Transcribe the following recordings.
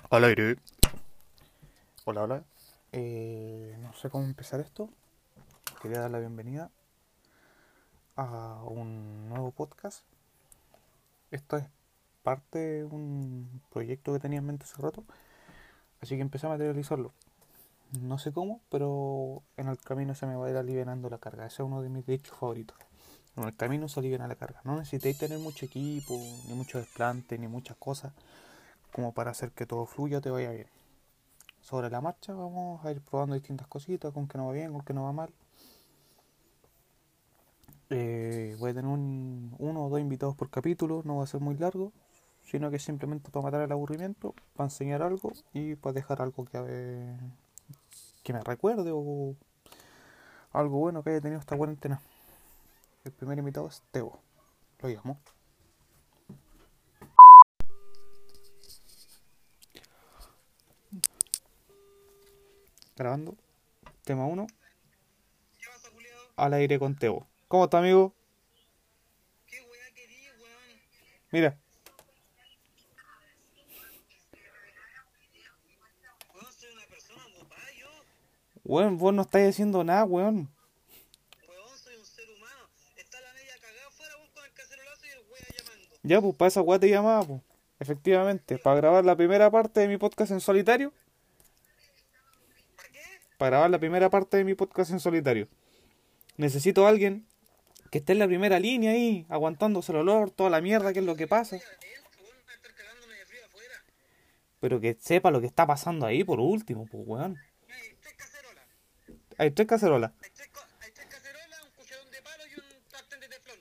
Al aire. Hola, hola. No sé cómo empezar esto. Quería dar la bienvenida a un nuevo podcast. Esto es parte de un proyecto que tenía en mente hace rato. Así que empecé a materializarlo. No sé cómo, pero en el camino se me va a ir aliviando la carga. Ese es uno de mis dichos favoritos. En el camino se aliviana la carga. No necesitéis tener mucho equipo, ni mucho desplante, ni muchas cosas, como para hacer que todo fluya o te vaya bien. Sobre la marcha vamos a ir probando distintas cositas, con que no va bien, con que no va mal. Voy a tener uno o dos invitados por capítulo, no va a ser muy largo, sino que simplemente para matar el aburrimiento, para enseñar algo y para dejar algo que me recuerde o algo bueno que haya tenido esta cuarentena. El primer invitado es Teo, lo llamo. Grabando, tema uno, ¿Qué pasa, culiao? al aire con Teo. ¿Cómo está, amigo? ¿Qué weá querí, weón? Mira, Weón, soy una persona ocupada, yo. weón, vos no estáis haciendo nada, weón. Weón, soy un ser humano. Está la media cagada afuera, vos con el cacerolazo y el wea llamando. Ya, pues para esa weá te llamaba, pues. Efectivamente, para grabar la primera parte de mi podcast en solitario. ¿Para qué? Para grabar la primera parte de mi podcast en solitario. Necesito a alguien que esté en la primera línea ahí, aguantándose el olor, toda la mierda, que es lo que Yo pasa. estoy adentro, weón, me va a estar cagándome de frío afuera. Pero que sepa lo que está pasando ahí por último, pues weón. Mira, hay tres cacerolas. Hay tres cacerolas. Hay tres cacerolas, un cucharón de palo y un sartén de teflón.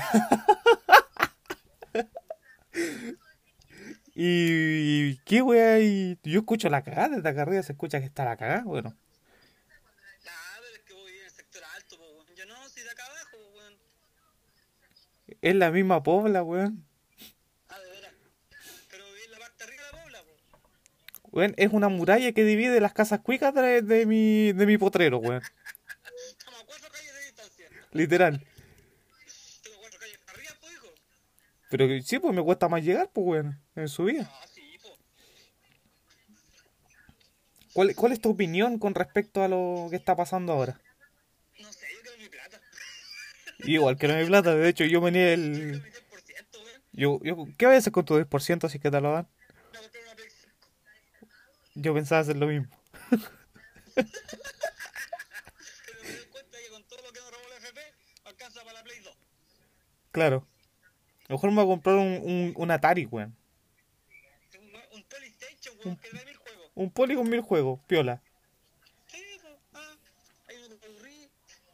Y qué weá, y yo escucho la cagada desde acá arriba, se escucha que está la cagada, bueno. Ah, pero es que vos vivís en el sector alto, po, weón. Yo no, soy de acá abajo, po, weón. Es la misma pobla, weón. Ah, de veras. Pero viví en la parte de arriba de la pobla, po. Weón, es una muralla que divide las casas cuicas de mi potrero, weón. Estamos a 4 calles de distancia. Literal. Tengo 4 calles para arriba, po, hijo. Pero que sí, pues me cuesta más llegar, pues weón, en su vida. Ah, sí, po. ¿Cuál es tu opinión con respecto a lo que está pasando ahora? No sé, yo quiero mi plata. Igual que no mi plata, de hecho yo venía Yo quiero el... mi 10%, weón. ¿Qué voy a hacer con tu 10% si es que te lo dan? Me voy a comprar una Play 5. Yo pensaba hacer lo mismo. Pero me doy cuenta que con todo lo que nos robó la FP, alcanza para la Play 2. Claro. A lo mejor me voy a comprar un Atari, weón. Un PlayStation, Un, weón, que trae 1000 juegos. un poli con 1000 juegos, piola. Sí, po. Ah, ahí no te aburrí.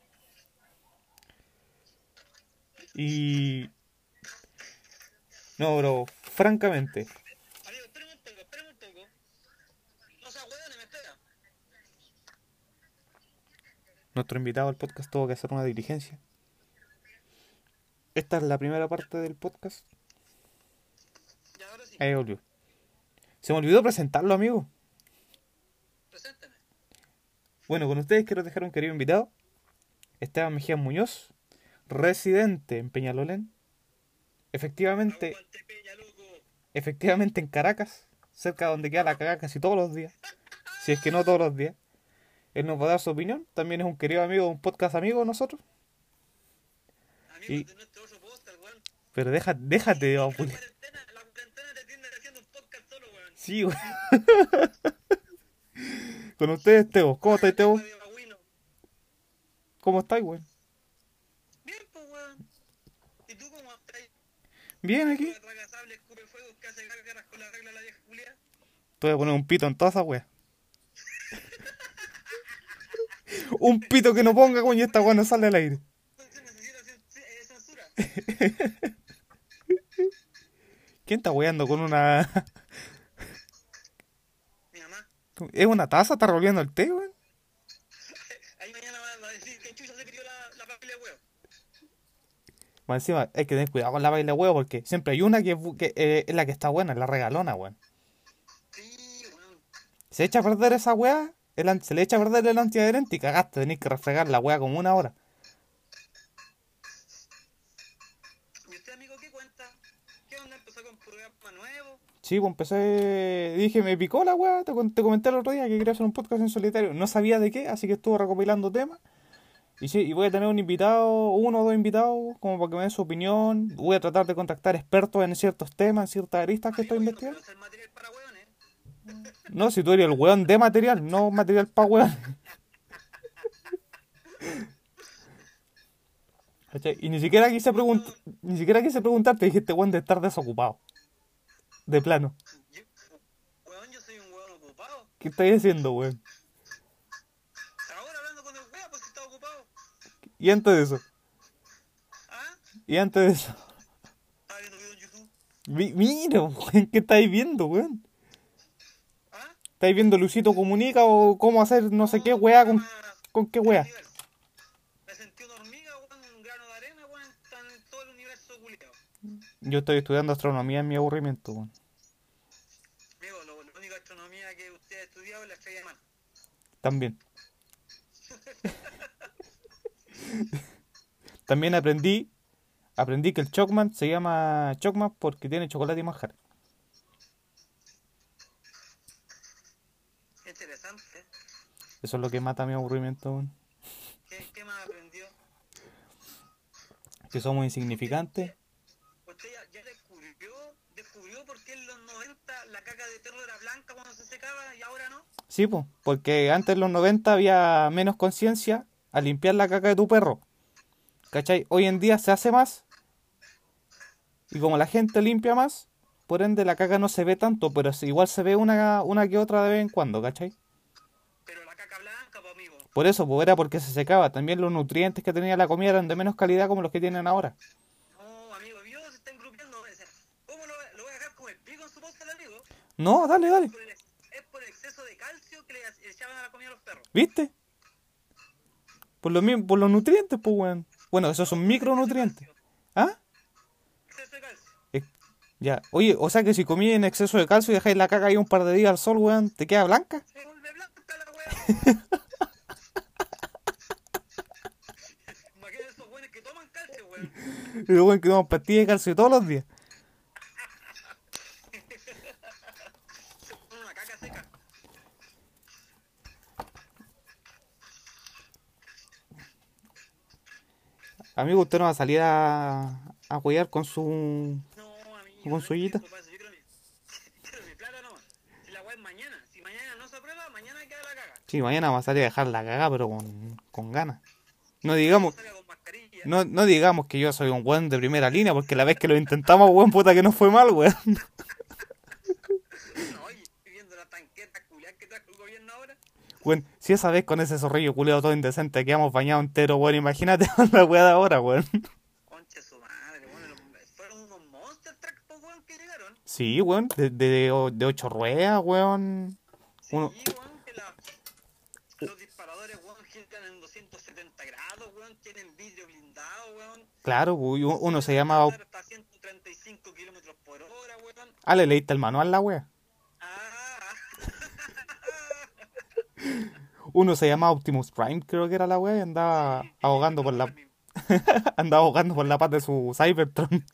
Y... No, bro, francamente, Amigo, espérame un poco, espérame un poco. No seas weón, me espera. nuestro invitado al podcast tuvo que hacer una diligencia. Esta es la primera parte del podcast. Y ahora sí, Ahí volvió. Se me olvidó presentarlo, amigo. presénteme. Bueno, con ustedes quiero dejar un querido invitado. Esteban Mejía Muñoz, residente en Peñalolén. Efectivamente, Aguante peña, loco. efectivamente en Caracas, cerca de donde queda la cagada casi todos los días. Si es que no todos los días. Él nos va a dar su opinión. También es un querido amigo, un podcast amigo de nosotros. Amigo, Y, de nuestro otro póster, weón. pero déjate de Es que vapulear. la cuarentena te tiene haciendo un podcast solo, weón. Sí, güey. Con ustedes, Teo. ¿Cómo estáis, Trágate agua Teo? de bagüino. ¿Cómo estáis, güey? Bien, pues, weón. ¿Y tú cómo estás? Bien Viejo aquí. retrasable, escupe fuego, que hace gárgaras con la regla de la vieja Julia. Te voy a poner un pito en toda esa wea. Un pito que no ponga, güey, y esta wea no sale al aire. Se necesita censura. ¿Quién está weando con una... Mi mamá. ¿Es una taza? ¿Está revolviendo el té, güey? Ahí mañana va a decir que Chucha se pidió la familia huevo. Más encima, hay que tener cuidado con la baila huevo porque siempre hay una que es la que está buena, la regalona, güey. Sí, weón. Se echa a perder esa wea, se le echa a perder el antiadherente y cagaste, tenés que refregar la wea como una hora. ¿Y usted, amigo, qué cuenta? ¿Qué onda? ¿Empezó con programa nuevo? Sí, pues empecé, dije, me picó la weá, te comenté el otro día que quería hacer un podcast en solitario. No sabía de qué, así que estuve recopilando temas. Y sí, y voy a tener un invitado, uno o dos invitados, como para que me den su opinión. Voy a tratar de contactar expertos en ciertos temas, en ciertas aristas que estoy Amigo, yo no quiero investigando. hacer material para hueones. No, si tú eres el weón de material, no material pa' weón. ¿Cachai? Y ni siquiera quise preguntarte, dije, este weón de estar desocupado. De plano. Yo, weón, yo soy un weón ocupado. ¿Qué estáis haciendo, weón? Ahora hablando con el weón, pues si está ocupado. Y antes de eso, ¿Ah? y antes de eso. ¿Estás viendo video en YouTube? Mira, weón, ¿qué estáis viendo, weón? ¿Ah? ¿Estáis viendo Luisito Comunica o cómo hacer no sé qué weá con qué El weá? universo. Me sentí una hormiga, weón, un grano de arena, weón, está en todo el universo culiado. Yo estoy estudiando astronomía en mi aburrimiento, weón. Amigo, la única astronomía que usted ha estudiado es la estrella de mar. También. También aprendí que el Chocman se llama Chocman porque tiene chocolate y manjar. Interesante. Eso es lo que mata mi aburrimiento, weón. ¿Qué más aprendió? Que somos insignificantes. ¿Usted ya descubrió por qué en los 90 la caca de perro era blanca cuando se secaba y ahora no? Sí, pues, porque antes en los 90 había menos conciencia al limpiar la caca de tu perro. ¿Cachai? Hoy en día se hace más. Y como la gente limpia más, por ende la caca no se ve tanto, pero igual se ve una que otra de vez en cuando, ¿cachai? Pero la caca blanca, pues amigo. Por eso, pues era porque se secaba. También los nutrientes que tenía la comida eran de menos calidad como los que tienen ahora. No, amigo, vio, se está engrupiendo. ¿Cómo lo voy a dejar como el pico en su posta, amigo? No, dale, dale. Es por el exceso de calcio que le echaban a la comida a los perros. ¿Viste? Por los nutrientes, pues, weón. Bueno, esos son No, por el exceso de micronutrientes. calcio. ¿Ah? Exceso de calcio. Eh, Ya. Oye, o sea que si comí en exceso de calcio y dejáis la caca ahí un par de días al sol, weón, ¿te queda blanca? Se vuelve blanca la wea, pues, weón. Imagínate esos weones que toman calcio, weón. Y luego weón que toman pastillas de calcio todos los días. Una caca seca. Amigo, usted no va a salir a huear con su No, amigo, con no su es ollita. tiempo para eso. Yo quiero mi plata nomás. Si la wea es mañana. Si mañana no se aprueba, mañana queda la caga. Sí, mañana va a salir a dejar la caga, pero con ganas. No Cuando digamos, salga con mascarilla. no digamos que yo soy un weón de primera línea, porque la vez que lo intentamos, weón, puta que no fue mal, weón. No, y viendo la tanqueta culiar que trajo el gobierno ahora. Weón, si esa vez con ese zorrillo culeado todo indecente quedamos bañados entero, weón, imagínate con la weá de ahora, weón. Concha su madre, bueno, fueron unos monster trucks, po, weón, que llegaron. Sí, weón, de 8 ruedas, weón. Sí, Uno, weón, que los disparadores, weón, giran en 270 grados, weón, tienen vidrio blindado, weón. claro, weón, uno se Pueden llamaba... andar hasta 135 kilómetros por hora, weón. Ah, le leíste el manual la weá. Ah, Uno se llamaba Optimus Prime, creo que era la weá, y andaba sí, ahogando por la... andaba ahogando por la pata de su Cybertron.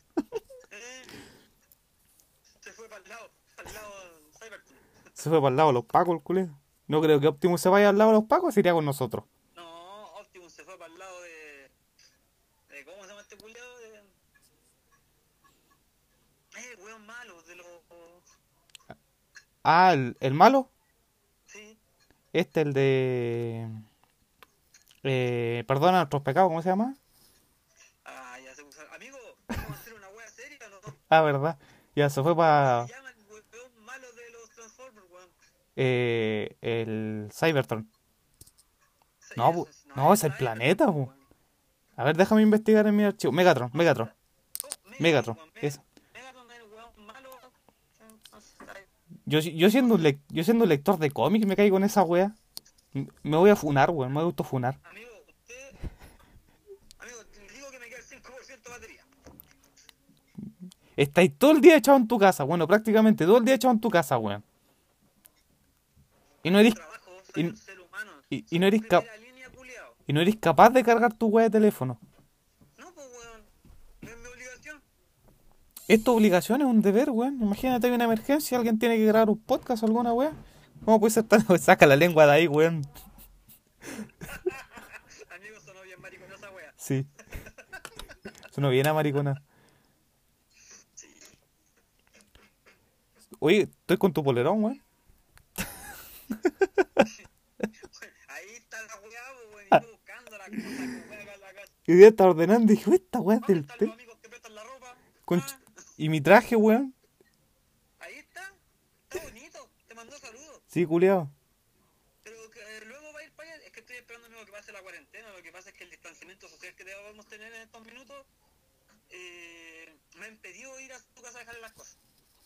se fue para el lado Cybertron. Se fue para el lado de los pacos, el culero. No creo que Optimus se vaya al lado de los pacos, se iría con nosotros. No, Optimus se fue para el lado de ¿cómo se llama este culiao? Weón malo, de los... Ah, el malo. Sí. El de... perdona nuestros pecados, ¿cómo se llama? Ah, ya se puso... Amigo, ¿vamos a hacer una wea seria o no? Ah, verdad. Ya se fue ¿Cómo para... se llama el weón malo de los Transformers, weón? el Cybertron. No, no, Es es el Cybertron, planeta, pu. weón. A ver, déjame investigar en mi archivo. Megatron, Megatron, Oh, Megatron. weón, Eso. Megatron es el weón malo. Yo siendo un lector de cómics me caigo en esa wea. Me voy a funar, weón. Me voy a autofunar. Amigo, amigo, te digo que me queda el 5% de batería. Estáis todo el día echado en tu casa. Bueno, prácticamente todo el día echado en tu casa, weón. Y no eres, Trabajo, soy y, un ser humano. y Soy no eres primera línea, culiao. y no eres capaz de cargar tu wea de teléfono. No, pues weón, no es mi obligación. Es tu obligación, es un deber, weón. Imagínate hay una emergencia, alguien tiene que grabar un podcast o alguna weá. ¿Cómo puede ser tan... Saca la lengua de ahí, weón. Amigos, sonó bien maricón esa wea. Sí. Eso no viene a maricona. Oye, estoy con tu polerón, weón. Ahí está la wea, weón, y yo buscando la cosa que wea acá en la casa. Y día estaba ordenando y dije, esta weá es ¿Dónde del están los té. amigos que prestan la ropa? Conch- Ah, Y mi traje, weón. ahí está. Está bonito. Te mandó saludos. Sí, culiao. Pero que, luego va a ir para allá. Es que estoy esperando mismo que pase la cuarentena. Lo que pasa es que el distanciamiento social que debemos tener en estos minutos me ha impedido ir a tu casa a dejarle las cosas.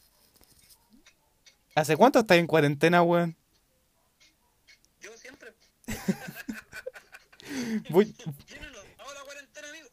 ¿Hace cuánto estás en cuarentena, weón? Yo siempre. Voy... Yo no hago la cuarentena, amigo.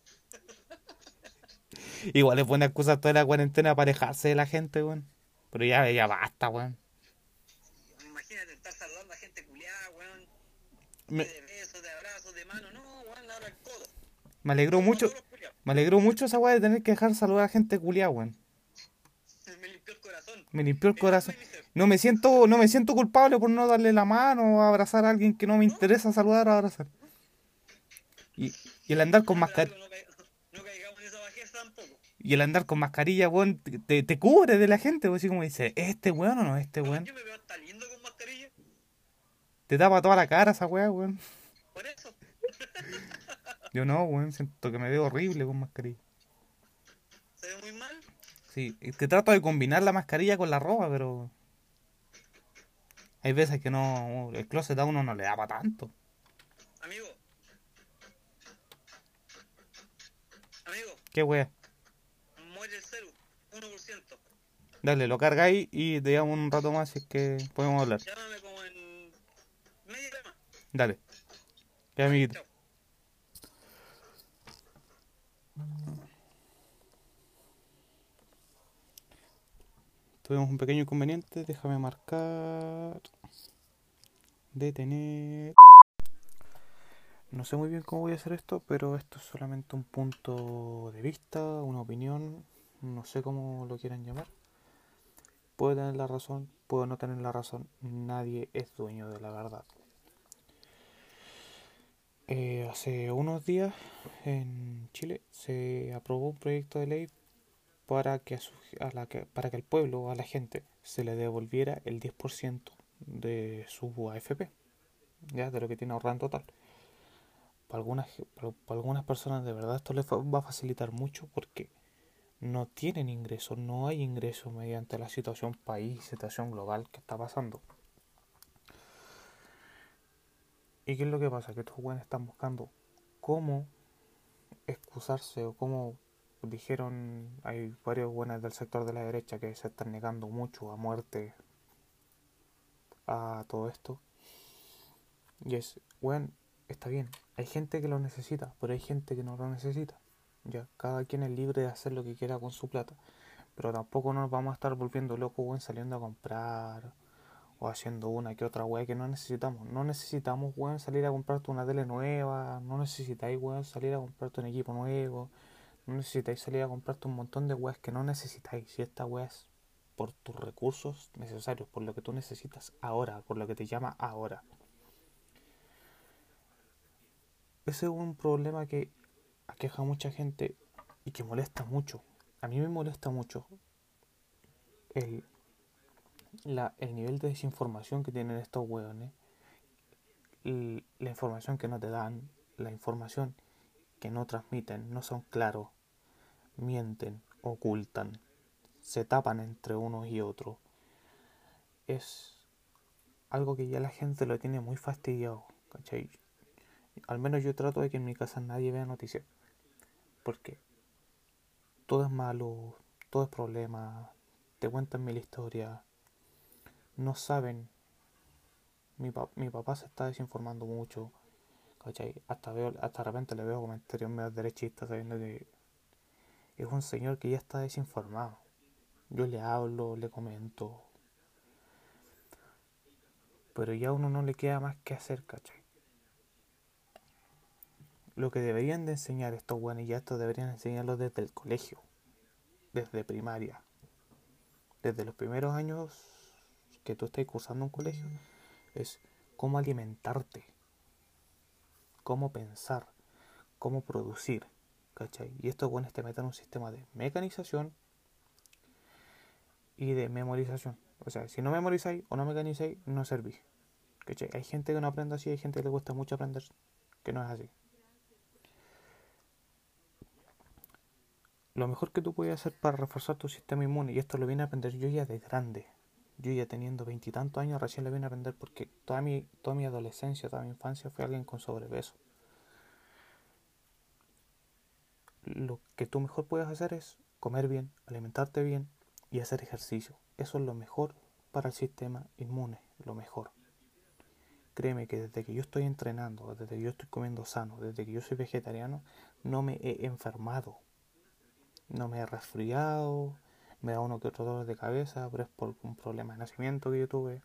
Igual es buena excusa toda la cuarentena para alejarse de la gente, weón. Pero ya basta, weón. Imagínate estar saludando a gente culiada, weón. Me, De besos, de abrazos, de manos. No, weón, ahora el codo. me alegró Como mucho. todos los culiados. Me alegró mucho esa weá de tener que dejar saludar a gente culiada, weón. Me limpió el corazón. Me limpió el El alma corazón. y mi ser. No me siento culpable por no darle la mano o abrazar a alguien que no me ¿No? interesa saludar o abrazar. Y, y el andar con Ya, pero mascarilla. amigo, no caigamos en esa bajeza tampoco. Y el andar con mascarilla, weón, te cubre de la gente, weón. Así como dice, ¿este weón o no este No, weón? yo me veo hasta lindo con mascarilla. Te tapa toda la cara esa weá, weón. Por eso. Yo no, weón, siento que me veo horrible con mascarilla. Se ve muy mal. Sí, es que trato de combinar la mascarilla con la ropa, pero hay veces que no, el closet a uno no le da para tanto. Amigo. Amigo. Qué wea. Muere el celu. 1%. Dale, lo cargáis y te llamo un rato más si es que podemos hablar. Llámame como en media hora más. Dale. Ya, amiguito. Chao. Tuvimos un pequeño inconveniente, déjame marcar. Detener. No sé muy bien cómo voy a hacer esto, pero esto es solamente un punto de vista, una opinión, no sé cómo lo quieran llamar. Puedo tener la razón, puedo no tener la razón, nadie es dueño de la verdad. Hace unos días en Chile se aprobó un proyecto de ley para que, para que al pueblo, a la gente, se le devolviera el 10% de su AFP, ya de lo que tiene ahorrado en total. Para algunas personas de verdad esto les va a facilitar mucho porque no tienen ingresos, no hay ingresos mediante la situación país, situación global que está pasando. ¿Y qué es lo que pasa? Que estos jóvenes están buscando cómo excusarse o cómo dijeron, hay varios buenos del sector de la derecha que se están negando mucho a muerte a todo esto. Y es, bueno, está bien, hay gente que lo necesita, pero hay gente que no lo necesita. Ya, cada quien es libre de hacer lo que quiera con su plata. Pero tampoco nos vamos a estar volviendo locos, weón, saliendo a comprar o haciendo una que otra weá que no necesitamos. No necesitamos, weón, salir a comprarte una tele nueva. No necesitáis, weón, salir a comprarte un equipo nuevo. No necesitáis salir a comprarte un montón de weas que no necesitáis. Si esta wea es por tus recursos necesarios, por lo que tú necesitas ahora, por lo que te llama ahora. Ese es un problema que aqueja a mucha gente y que molesta mucho. A mí me molesta mucho el, el nivel de desinformación que tienen estos hueones, la información que no te dan, la información que no transmiten, no son claros, mienten, ocultan, se tapan entre unos y otros. Es algo que ya la gente lo tiene muy fastidiado, ¿cachai? Al menos yo trato de que en mi casa nadie vea noticias, porque todo es malo, todo es problema, te cuentan mil historias, no saben. Mi papá se está desinformando mucho, ¿cachai? Hasta de repente le veo comentarios medio derechistas sabiendo que es un señor que ya está desinformado. Yo le hablo, le comento, pero ya a uno no le queda más que hacer, ¿cachai? Lo que deberían de enseñar estos buenos, y ya esto deberían enseñarlo desde el colegio. desde primaria, desde los primeros años que tú estés cursando un colegio, es cómo alimentarte, cómo pensar, cómo producir, ¿cachai? Y estos buenos te meten un sistema de mecanización y de memorización. O sea, si no memorizáis o no mecanizáis, no servís, ¿cachai? Hay gente que no aprende así, hay gente que le cuesta mucho aprender que no es así. Lo mejor que tú puedes hacer para reforzar tu sistema inmune, y esto lo vine a aprender yo ya de grande, yo ya teniendo veintitantos años recién lo vine a aprender porque toda mi adolescencia, toda mi infancia fue alguien con sobrepeso. Lo que tú mejor puedes hacer es comer bien, alimentarte bien y hacer ejercicio. Eso es lo mejor para el sistema inmune, lo mejor. Créeme que desde que yo estoy entrenando, desde que yo estoy comiendo sano, desde que yo soy vegetariano, no me he enfermado. No me he resfriado, me da uno que otro dolor de cabeza, pero es por un problema de nacimiento que yo tuve.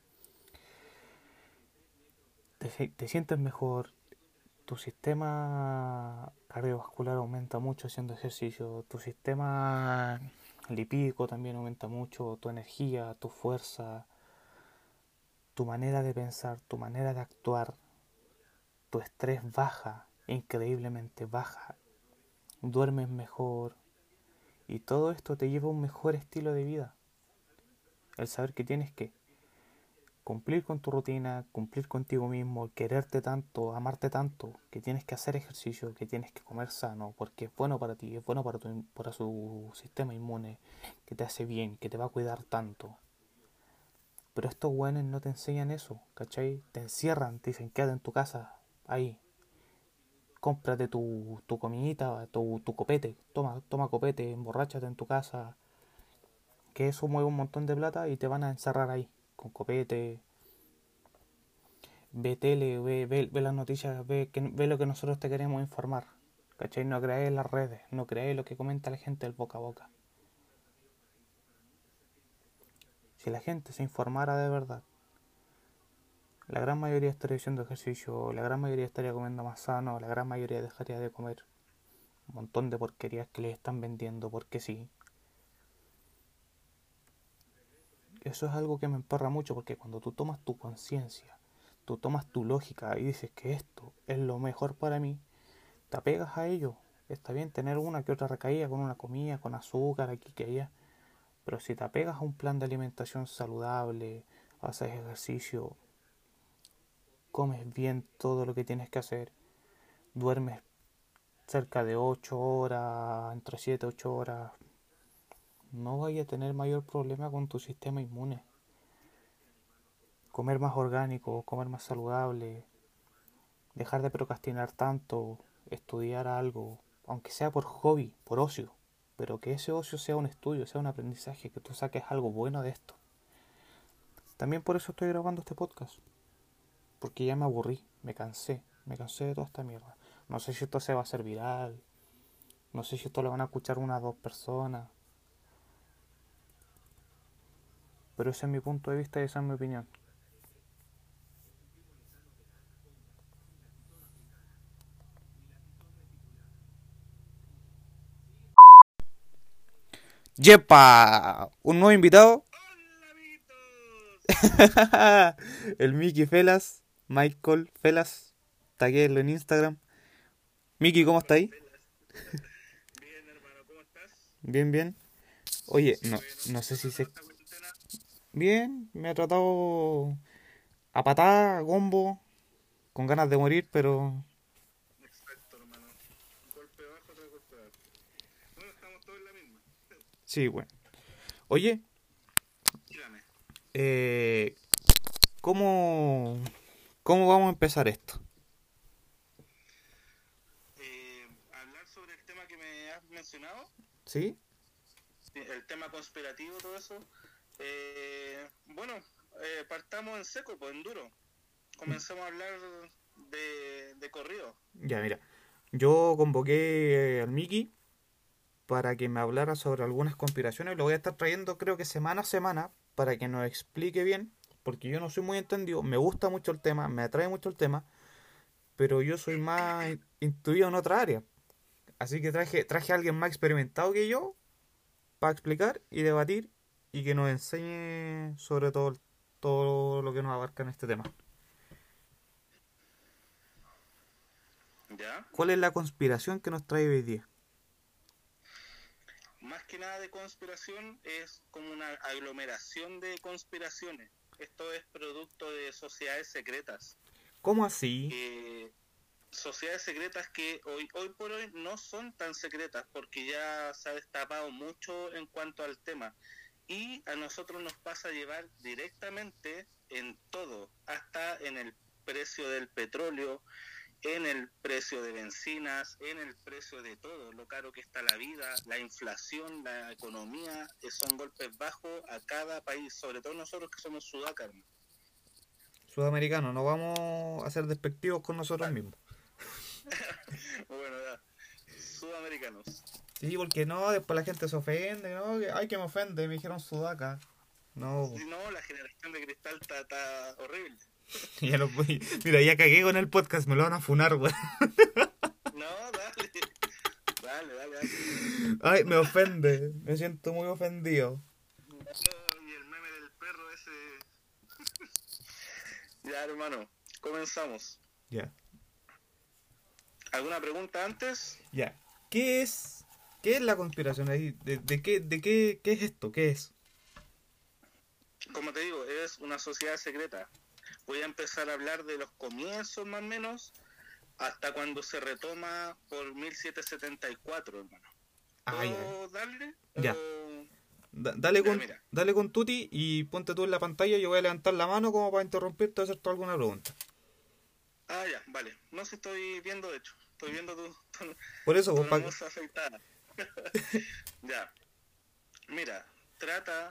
Te sientes mejor, tu sistema cardiovascular aumenta mucho haciendo ejercicio, tu sistema lipídico también aumenta mucho, tu energía, tu fuerza, tu manera de pensar, tu manera de actuar, tu estrés baja, increíblemente baja, duermes mejor y todo esto te lleva a un mejor estilo de vida. El saber que tienes que cumplir con tu rutina, cumplir contigo mismo, quererte tanto, amarte tanto, que tienes que hacer ejercicio, que tienes que comer sano, porque es bueno para ti, es bueno para su sistema inmune, que te hace bien, que te va a cuidar tanto. Pero estos güeyes no te enseñan eso, ¿cachai? Te encierran, te dicen quédate en tu casa, ahí, cómprate tu comidita, tu copete, toma copete, emborráchate en tu casa, que eso mueve un montón de plata y te van a encerrar ahí, con copete. Ve tele, ve las noticias, ve lo que nosotros te queremos informar. ¿Cachai? No creáis en las redes, no creáis lo que comenta la gente del boca a boca. Si la gente se informara de verdad, la gran mayoría estaría haciendo ejercicio, la gran mayoría estaría comiendo más sano, la gran mayoría dejaría de comer un montón de porquerías que les están vendiendo porque sí. Eso es algo que me emperra mucho porque cuando tú tomas tu conciencia, tú tomas tu lógica y dices que esto es lo mejor para mí, te apegas a ello. Está bien tener una que otra recaída con una comida, con azúcar, aquí que allá. Pero si te apegas a un plan de alimentación saludable, haces ejercicio, comes bien todo lo que tienes que hacer, duermes cerca de 8 horas, entre 7 y 8 horas, no vayas a tener mayor problema con tu sistema inmune. Comer más orgánico, comer más saludable, dejar de procrastinar tanto, estudiar algo, aunque sea por hobby, por ocio, pero que ese ocio sea un estudio, sea un aprendizaje, que tú saques algo bueno de esto. También por eso estoy grabando este podcast, porque ya me aburrí, me cansé de toda esta mierda. No sé si esto se va a hacer viral, no sé si esto lo van a escuchar una o dos personas, pero ese es mi punto de vista y esa es mi opinión. ¡Yepa! ¿Un nuevo invitado? ¡Hola, amiguitos! El Mickey Felas, Michael Felas, taguélo en Instagram. Mickey, ¿cómo está Michael ahí? Pelas. Bien, hermano, ¿cómo estás? Bien, bien. Oye, Qué bueno. no sé ¿Cómo te si ha tratado se... esta cuarentena? Bien, me ha tratado a patada, a gombo, con ganas de morir, pero Exacto, hermano. Un golpe bajo tras golpe bajo. Bueno, estamos todos en la misma. sí, bueno. Oye, Dígame. eh, ¿cómo, ¿cómo vamos a empezar esto? Hablar sobre el tema que me has mencionado, ¿Sí? el tema conspirativo, todo eso. Bueno, partamos en seco, pues en duro. Comencemos a hablar de corrido. Ya, mira. Yo convoqué al Mickey para que me hablara sobre algunas conspiraciones. Lo voy a estar trayendo creo que semana a semana para que nos explique bien, porque yo no soy muy entendido, me gusta mucho el tema, me atrae mucho el tema, pero yo soy más intuido en otra área. Así que traje a alguien más experimentado que yo para explicar y debatir y que nos enseñe sobre todo lo que nos abarca en este tema. ¿Ya? ¿Cuál es la conspiración que nos trae hoy día? Más que nada de conspiración, es como una aglomeración de conspiraciones. Esto es producto de sociedades secretas. ¿Cómo así? Sociedades secretas que hoy por hoy no son tan secretas porque ya se ha destapado mucho en cuanto al tema. Y a nosotros nos pasa a llevar directamente en todo, hasta en el precio del petróleo, en el precio de bencinas, en el precio de todo, lo caro que está la vida, la inflación, la economía, son golpes bajos a cada país, sobre todo nosotros que somos sudacas. Sudamericanos, no vamos a ser despectivos con nosotros mismos. Bueno, ya, sudamericanos. Sí, porque no, después la gente se ofende, ¿no? Ay, que me ofende, me dijeron sudaca. No, Si no, la generación de cristal está horrible. ya no voy. Mira, ya cagué con el podcast, me lo van a funar, güey. No, dale. Dale. Ay, me ofende, me siento muy ofendido. No, y el meme del perro ese. Ya, hermano, comenzamos. Ya, ¿Alguna pregunta antes? ya. ¿Qué es la conspiración ahí? ¿Qué es esto? ¿Qué es? Como te digo, es una sociedad secreta. Voy a empezar a hablar de los comienzos más o menos hasta cuando se retoma por 1774, hermano. Ah, ya. ¿Puedo darle? Ya. O- Dale Ya, con, mira. dale con Tuti y ponte tú en la pantalla. Yo voy a levantar la mano como para interrumpirte o hacerte alguna pregunta. Ah, ya, vale. No sé si estoy viendo, de hecho. Estoy viendo Por eso, tu pues, pa- hermosa afeitada. Ya. Mira, trata,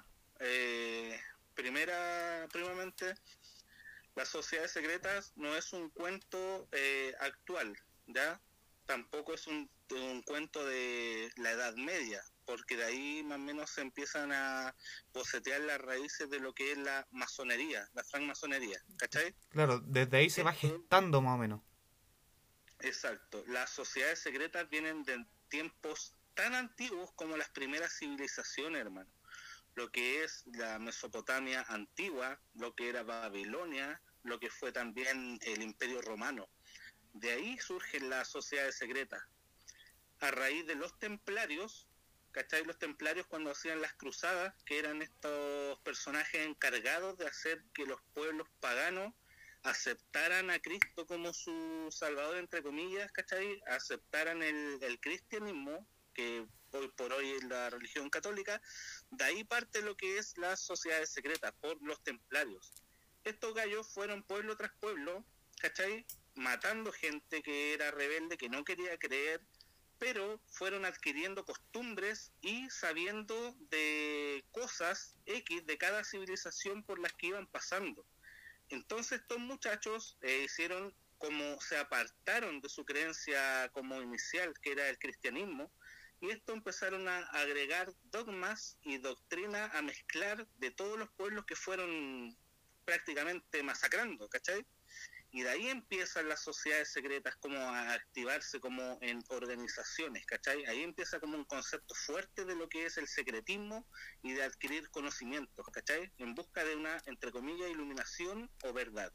primeramente, las sociedades secretas no es un cuento actual, ¿ya? Tampoco es un cuento de la Edad Media, porque de ahí más o menos se empiezan a bocetear las raíces de lo que es la masonería, la francmasonería, ¿cachai? claro, desde ahí se va gestando más o menos. Exacto. Las sociedades secretas vienen de tiempos tan antiguos como las primeras civilizaciones, hermano. Lo que es la Mesopotamia antigua, lo que era Babilonia, lo que fue también el Imperio Romano. De ahí surgen las sociedades secretas. A raíz de los templarios, ¿cachai? Los templarios cuando hacían las cruzadas, que eran estos personajes encargados de hacer que los pueblos paganos aceptaran a Cristo como su salvador, entre comillas, ¿cachai? Aceptaran el cristianismo, que hoy por hoy es la religión católica. De ahí parte lo que es las sociedades secretas, por los templarios. Estos gallos fueron pueblo tras pueblo, ¿cachai? Matando gente que era rebelde, que no quería creer, pero fueron adquiriendo costumbres y sabiendo de cosas X de cada civilización por las que iban pasando. Entonces estos muchachos hicieron como se apartaron de su creencia como inicial, que era el cristianismo, y esto empezaron a agregar dogmas y doctrina, a mezclar de todos los pueblos que fueron prácticamente masacrando, ¿cachai? Y de ahí empiezan las sociedades secretas como a activarse como en organizaciones, ¿cachai? Ahí empieza como un concepto fuerte de lo que es el secretismo y de adquirir conocimientos, ¿cachai? En busca de una, entre comillas, iluminación o verdad.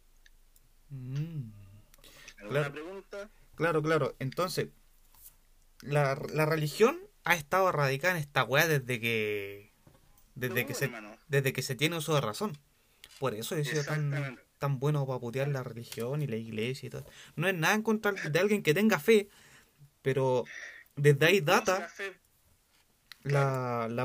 ¿Alguna Claro, pregunta? claro. Entonces, la religión ha estado radicada en esta weá No, hermano. desde que se tiene uso de razón. Por eso he sido Exactamente. tan bueno para putear la religión y la iglesia y todo. No es nada en contra de alguien que tenga fe, pero desde ahí No, si la data fe, la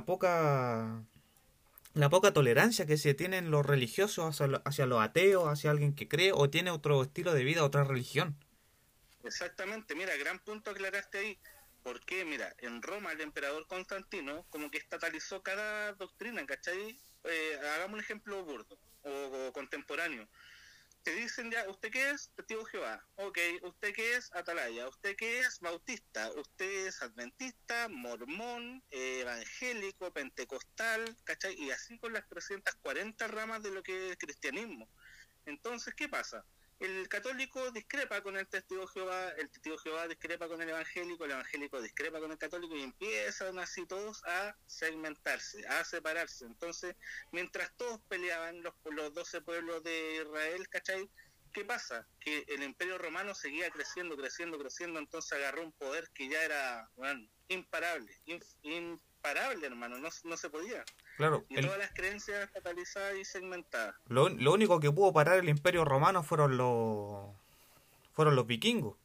poca tolerancia que se tiene en los religiosos hacia los ateos, hacia alguien que cree o tiene otro estilo de vida, otra religión. exactamente, mira, gran punto aclaraste ahí. Porque, mira, en Roma el emperador Constantino como que estatalizó cada doctrina, ¿cachai? Hagamos un ejemplo burdo o contemporáneo. Te dicen ya, ¿usted qué es? Testigo de Jehová. Ok, ¿usted qué es? Atalaya. ¿Usted qué es? Bautista. ¿Usted es adventista, mormón, evangélico, pentecostal? ¿Cachai? Y así con las 340 ramas de lo que es el cristianismo. Entonces, ¿qué pasa? El católico discrepa con el testigo de Jehová, el testigo de Jehová discrepa con el evangélico discrepa con el católico y empiezan así todos a segmentarse, a separarse. Entonces, mientras todos peleaban, los 12 pueblos de Israel, ¿cachai? ¿Qué pasa? Que el Imperio Romano seguía creciendo, entonces agarró un poder que ya era, bueno, imparable, hermano, no se podía. Claro, Y todas las creencias catalizadas y segmentadas. Lo único que pudo parar el Imperio Romano fueron los vikingos.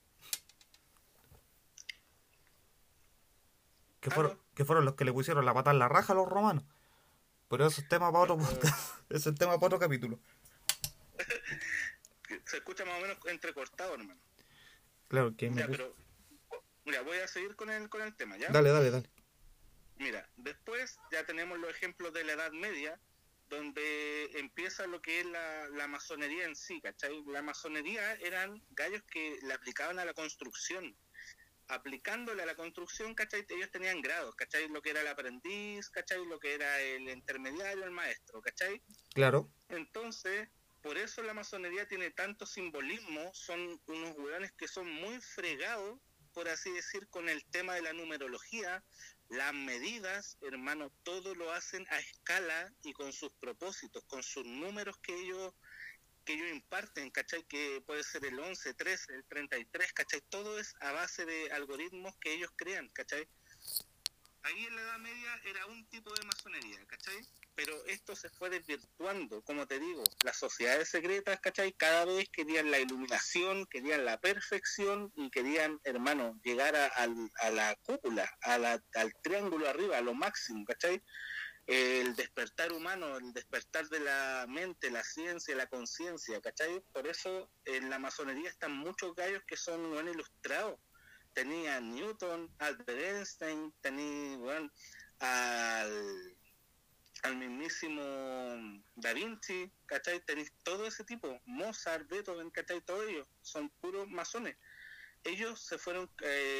Claro. Que fueron los que le pusieron la patada en la raja a los romanos. Pero eso es tema para otro podcast. Eso es tema para otro capítulo. Se escucha más o menos entrecortado, hermano. Claro, que me pero mira, voy a seguir con el tema, ¿ya? Dale. Mira, después ya tenemos los ejemplos de la Edad Media, donde empieza lo que es la masonería en sí, ¿cachai? La masonería eran gallos que le aplicaban a la construcción. Aplicándole a la construcción, ¿cachai? Ellos tenían grados, ¿cachai? Lo que era el aprendiz, ¿cachai? Lo que era el intermediario, el maestro, ¿cachai? Claro. Entonces, por eso la masonería tiene tanto simbolismo, son unos hueones que son muy fregados, por así decir, con el tema de la numerología, las medidas, hermano, todo lo hacen a escala y con sus propósitos, con sus números que ellos imparten, ¿cachai? Que puede ser el 11, 13, el 33, ¿cachai? Todo es a base de algoritmos que ellos crean, ¿cachai? Ahí en la Edad Media era un tipo de masonería, ¿cachai? Pero esto se fue desvirtuando, como te digo, las sociedades secretas, ¿cachai? Cada vez querían la iluminación, querían la perfección y querían, hermano, llegar a la cúpula, al triángulo arriba, a lo máximo, ¿cachai? El despertar humano, el despertar de la mente, la ciencia, la conciencia, ¿cachai? Por eso en la masonería están muchos gallos que son buen ilustrados. Tenía Newton, Albert Einstein, tenía, bueno, al mismísimo Da Vinci, ¿cachai? Tenéis todo ese tipo, Mozart, Beethoven, ¿cachai? Todos ellos son puros masones. Ellos se fueron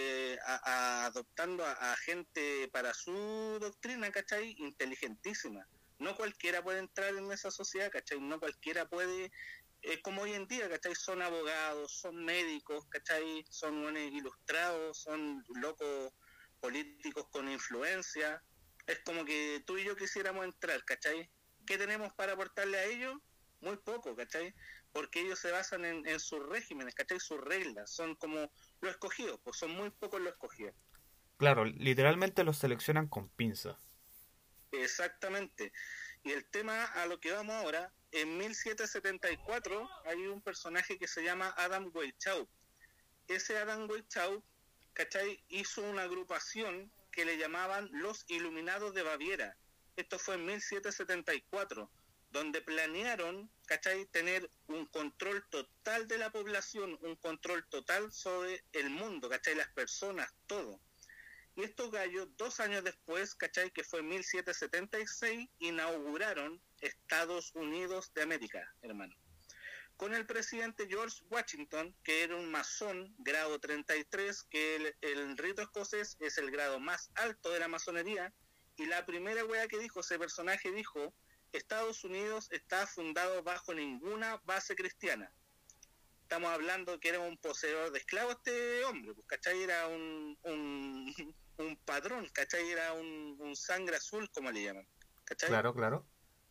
adoptando a gente para su doctrina, ¿cachai? Inteligentísima. No cualquiera puede entrar en esa sociedad, ¿cachai? No cualquiera puede, como hoy en día, ¿cachai? Son abogados, son médicos, ¿cachai? Son buenos ilustrados, son locos políticos con influencia. Es como que tú y yo quisiéramos entrar, ¿cachai? ¿Qué tenemos para aportarle a ellos? Muy poco, ¿cachai? Porque ellos se basan en sus regímenes, ¿cachai? Sus reglas, son como los escogidos, pues son muy pocos los escogidos. Claro, literalmente los seleccionan con pinzas. Exactamente. Y el tema a lo que vamos ahora, en 1774 hay un personaje que se llama Adam Weishaupt. Ese Adam Weishaupt, ¿cachai? Hizo una agrupación que le llamaban los Iluminados de Baviera. Esto fue en 1774, donde planearon, ¿cachai?, tener un control total de la población, un control total sobre el mundo, ¿cachai?, las personas, todo. Y estos gallos, 2 años después, ¿cachai?, que fue en 1776, inauguraron Estados Unidos de América, hermano. Con el presidente George Washington, que era un masón, grado 33, que el rito escocés es el grado más alto de la masonería, y la primera wea que dijo, ese personaje dijo: Estados Unidos está fundado bajo ninguna base cristiana. Estamos hablando que era un poseedor de esclavos este hombre, pues, ¿cachai? Era un padrón, ¿cachai? Era un sangre azul, como le llaman, ¿cachai? Claro.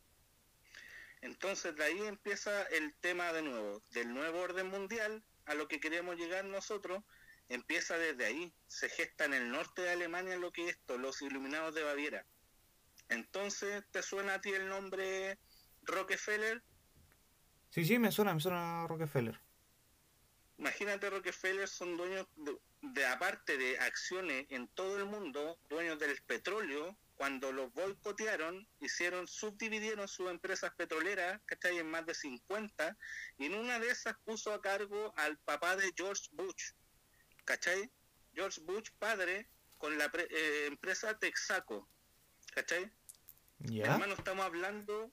Entonces de ahí empieza el tema de nuevo, del nuevo orden mundial, a lo que queremos llegar nosotros, empieza desde ahí, se gesta en el norte de Alemania lo que es esto, los Iluminados de Baviera. Entonces, ¿te suena a ti el nombre Rockefeller? Sí, me suena Rockefeller. Imagínate, Rockefeller son dueños de aparte de acciones en todo el mundo, dueños del petróleo. Cuando los boicotearon, subdividieron sus empresas petroleras, ¿cachai?, en más de 50, y en una de esas puso a cargo al papá de George Bush, ¿cachai? George Bush padre, con la empresa Texaco, ¿cachai? ¿Ya? Hermano, estamos hablando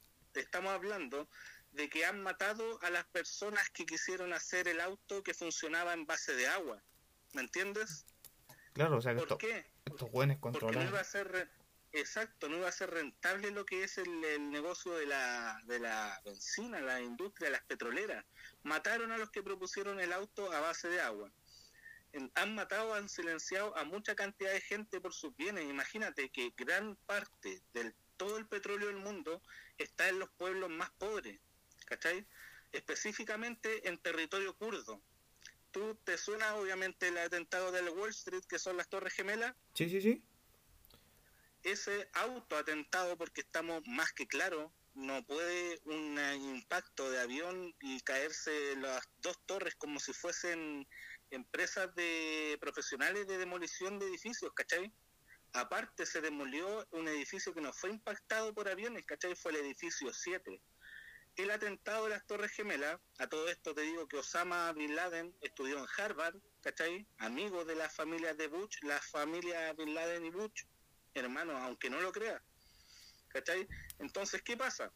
de que han matado a las personas que quisieron hacer el auto que funcionaba en base de agua, ¿me entiendes? Claro, o sea que ¿Por qué? estos buenos Porque controlan. no iba a ser exacto, no iba a ser rentable lo que es el negocio de la benzina, la industria, las petroleras. Mataron a los que propusieron el auto a base de agua. Han matado, han silenciado a mucha cantidad de gente por sus bienes. Imagínate que gran parte del todo el petróleo del mundo está en los pueblos más pobres, ¿cachai? Específicamente en territorio kurdo. ¿Tú te suena obviamente el atentado del Wall Street, que son las Torres Gemelas? Sí, sí, sí. Ese autoatentado, porque estamos más que claros, no puede un impacto de avión y caerse las dos torres como si fuesen empresas de profesionales de demolición de edificios, ¿cachai? Aparte se demolió un edificio que no fue impactado por aviones, ¿cachai? Fue el edificio 7. El atentado de las Torres Gemelas, a todo esto te digo que Osama Bin Laden estudió en Harvard, ¿cachai? Amigo de las familias de Bush, la familia Bin Laden y Bush, hermano, aunque no lo creas, ¿cachai? Entonces, ¿qué pasa?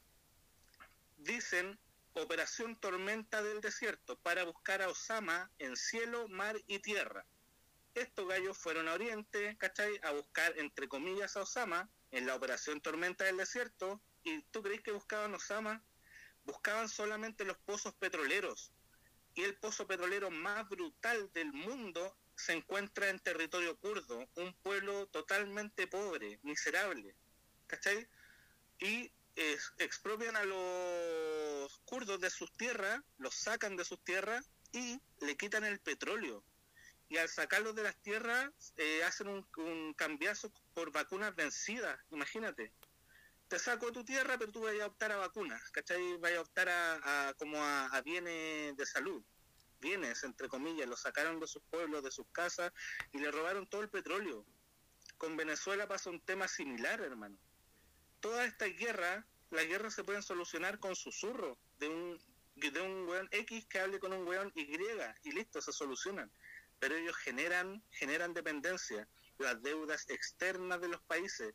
Dicen Operación Tormenta del Desierto para buscar a Osama en cielo, mar y tierra. Estos gallos fueron a Oriente, ¿cachai? A buscar, entre comillas, a Osama en la Operación Tormenta del Desierto. ¿Y tú crees que buscaban Osama? Buscaban solamente los pozos petroleros. Y el pozo petrolero más brutal del mundo se encuentra en territorio kurdo, un pueblo totalmente pobre, miserable, ¿cachai? Y expropian a los kurdos de sus tierras, los sacan de sus tierras y le quitan el petróleo. Y al sacarlos de las tierras hacen un cambiazo por vacunas vencidas, imagínate. Te saco tu tierra, pero tú vas a optar a vacunas, ¿cachai? Vas a optar a bienes de salud, bienes, entre comillas. Los sacaron de sus pueblos, de sus casas, y le robaron todo el petróleo. Con Venezuela pasa un tema similar, hermano. Todas estas guerras, las guerras se pueden solucionar con susurros de un weón X que hable con un weón Y, y listo, se solucionan. Pero ellos generan dependencia, las deudas externas de los países,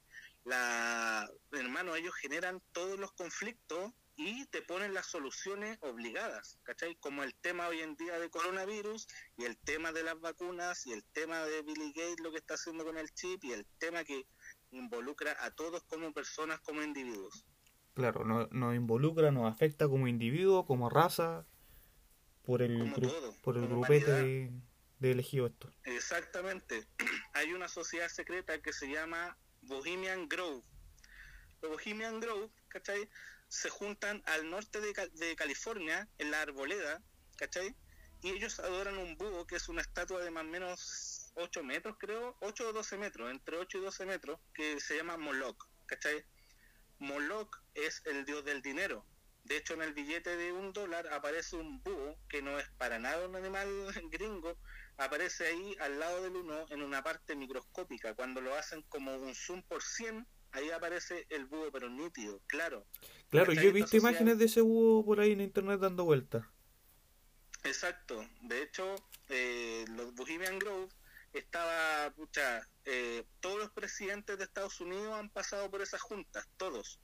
hermano, ellos generan todos los conflictos y te ponen las soluciones obligadas, ¿cachai? Como el tema hoy en día de coronavirus, y el tema de las vacunas, y el tema de Bill Gates, lo que está haciendo con el chip, y el tema que involucra a todos como personas, como individuos. Claro, nos involucra, nos afecta como individuo, como raza, por el Como todo, por el como grupete humanidad. de elegido esto. Exactamente. Hay una sociedad secreta que se llama Bohemian Grove. Los Bohemian Grove, ¿cachai? Se juntan al norte de California, en la Arboleda, ¿cachai? Y ellos adoran un búho, que es una estatua de más o menos 8 metros, creo, 8 o 12 metros, entre 8 y 12 metros, que se llama Moloch, ¿cachai? Moloch es el dios del dinero. De hecho, en el billete de $1 aparece un búho, que no es para nada un animal gringo, aparece ahí al lado del 1 en una parte microscópica. Cuando lo hacen como un zoom por 100, ahí aparece el búho, pero nítido, claro. Claro, ¿Cachai? yo he Esta visto sociedad- imágenes de ese búho por ahí en internet dando vueltas. Exacto. De hecho, los Bohemian Grove estaba, todos los presidentes de Estados Unidos han pasado por esas juntas, todos.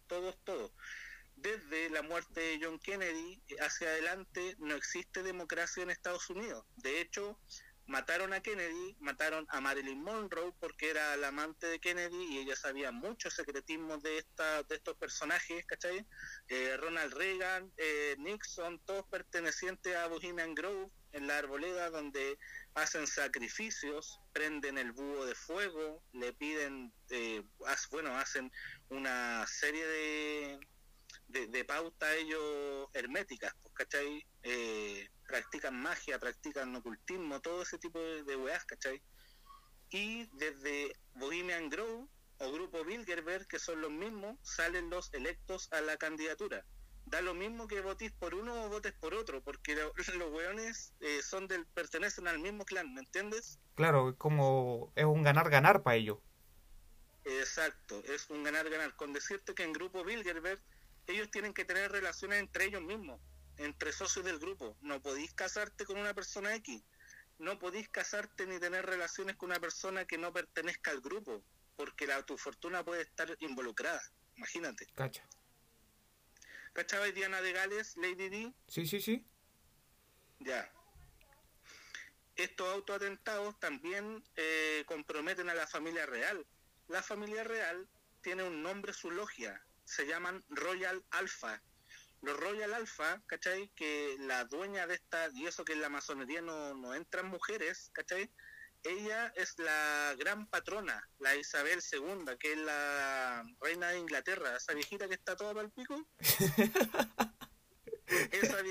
Desde la muerte de John Kennedy hacia adelante no existe democracia en Estados Unidos. De hecho, mataron a Kennedy, mataron a Marilyn Monroe porque era la amante de Kennedy y ella sabía mucho secretismo de estos personajes, ¿cachai? Ronald Reagan, Nixon, todos pertenecientes a Bohemian Grove, en la Arboleda, donde hacen sacrificios, prenden el búho de fuego, le piden, hacen una serie de pautas ellos herméticas, pues, ¿cachai? Practican magia, practican ocultismo, todo ese tipo de weas, ¿cachai? Y desde Bohemian Grove o Grupo Bilderberg, que son los mismos, salen los electos a la candidatura. Da lo mismo que votes por uno o votes por otro, porque los weones pertenecen al mismo clan, ¿me entiendes? Claro, es un ganar-ganar para ellos. Exacto, es un ganar-ganar. Con decirte que en Grupo Bilderberg ellos tienen que tener relaciones entre ellos mismos, entre socios del grupo. No podéis casarte con una persona X, no podéis casarte ni tener relaciones con una persona que no pertenezca al grupo, porque tu fortuna puede estar involucrada, imagínate. Cacha. ¿Cachabas Diana de Gales, Lady Di? Sí. Ya. Estos autoatentados también comprometen a la familia real. La familia real tiene un nombre su logia, se llaman Royal Alpha. Los Royal Alpha, ¿cachai? Que la dueña de esta, y eso que en la masonería no entran mujeres, ¿cachai? Ella es la gran patrona, la Isabel II, que es la reina de Inglaterra, esa viejita que está toda para el pico. Esa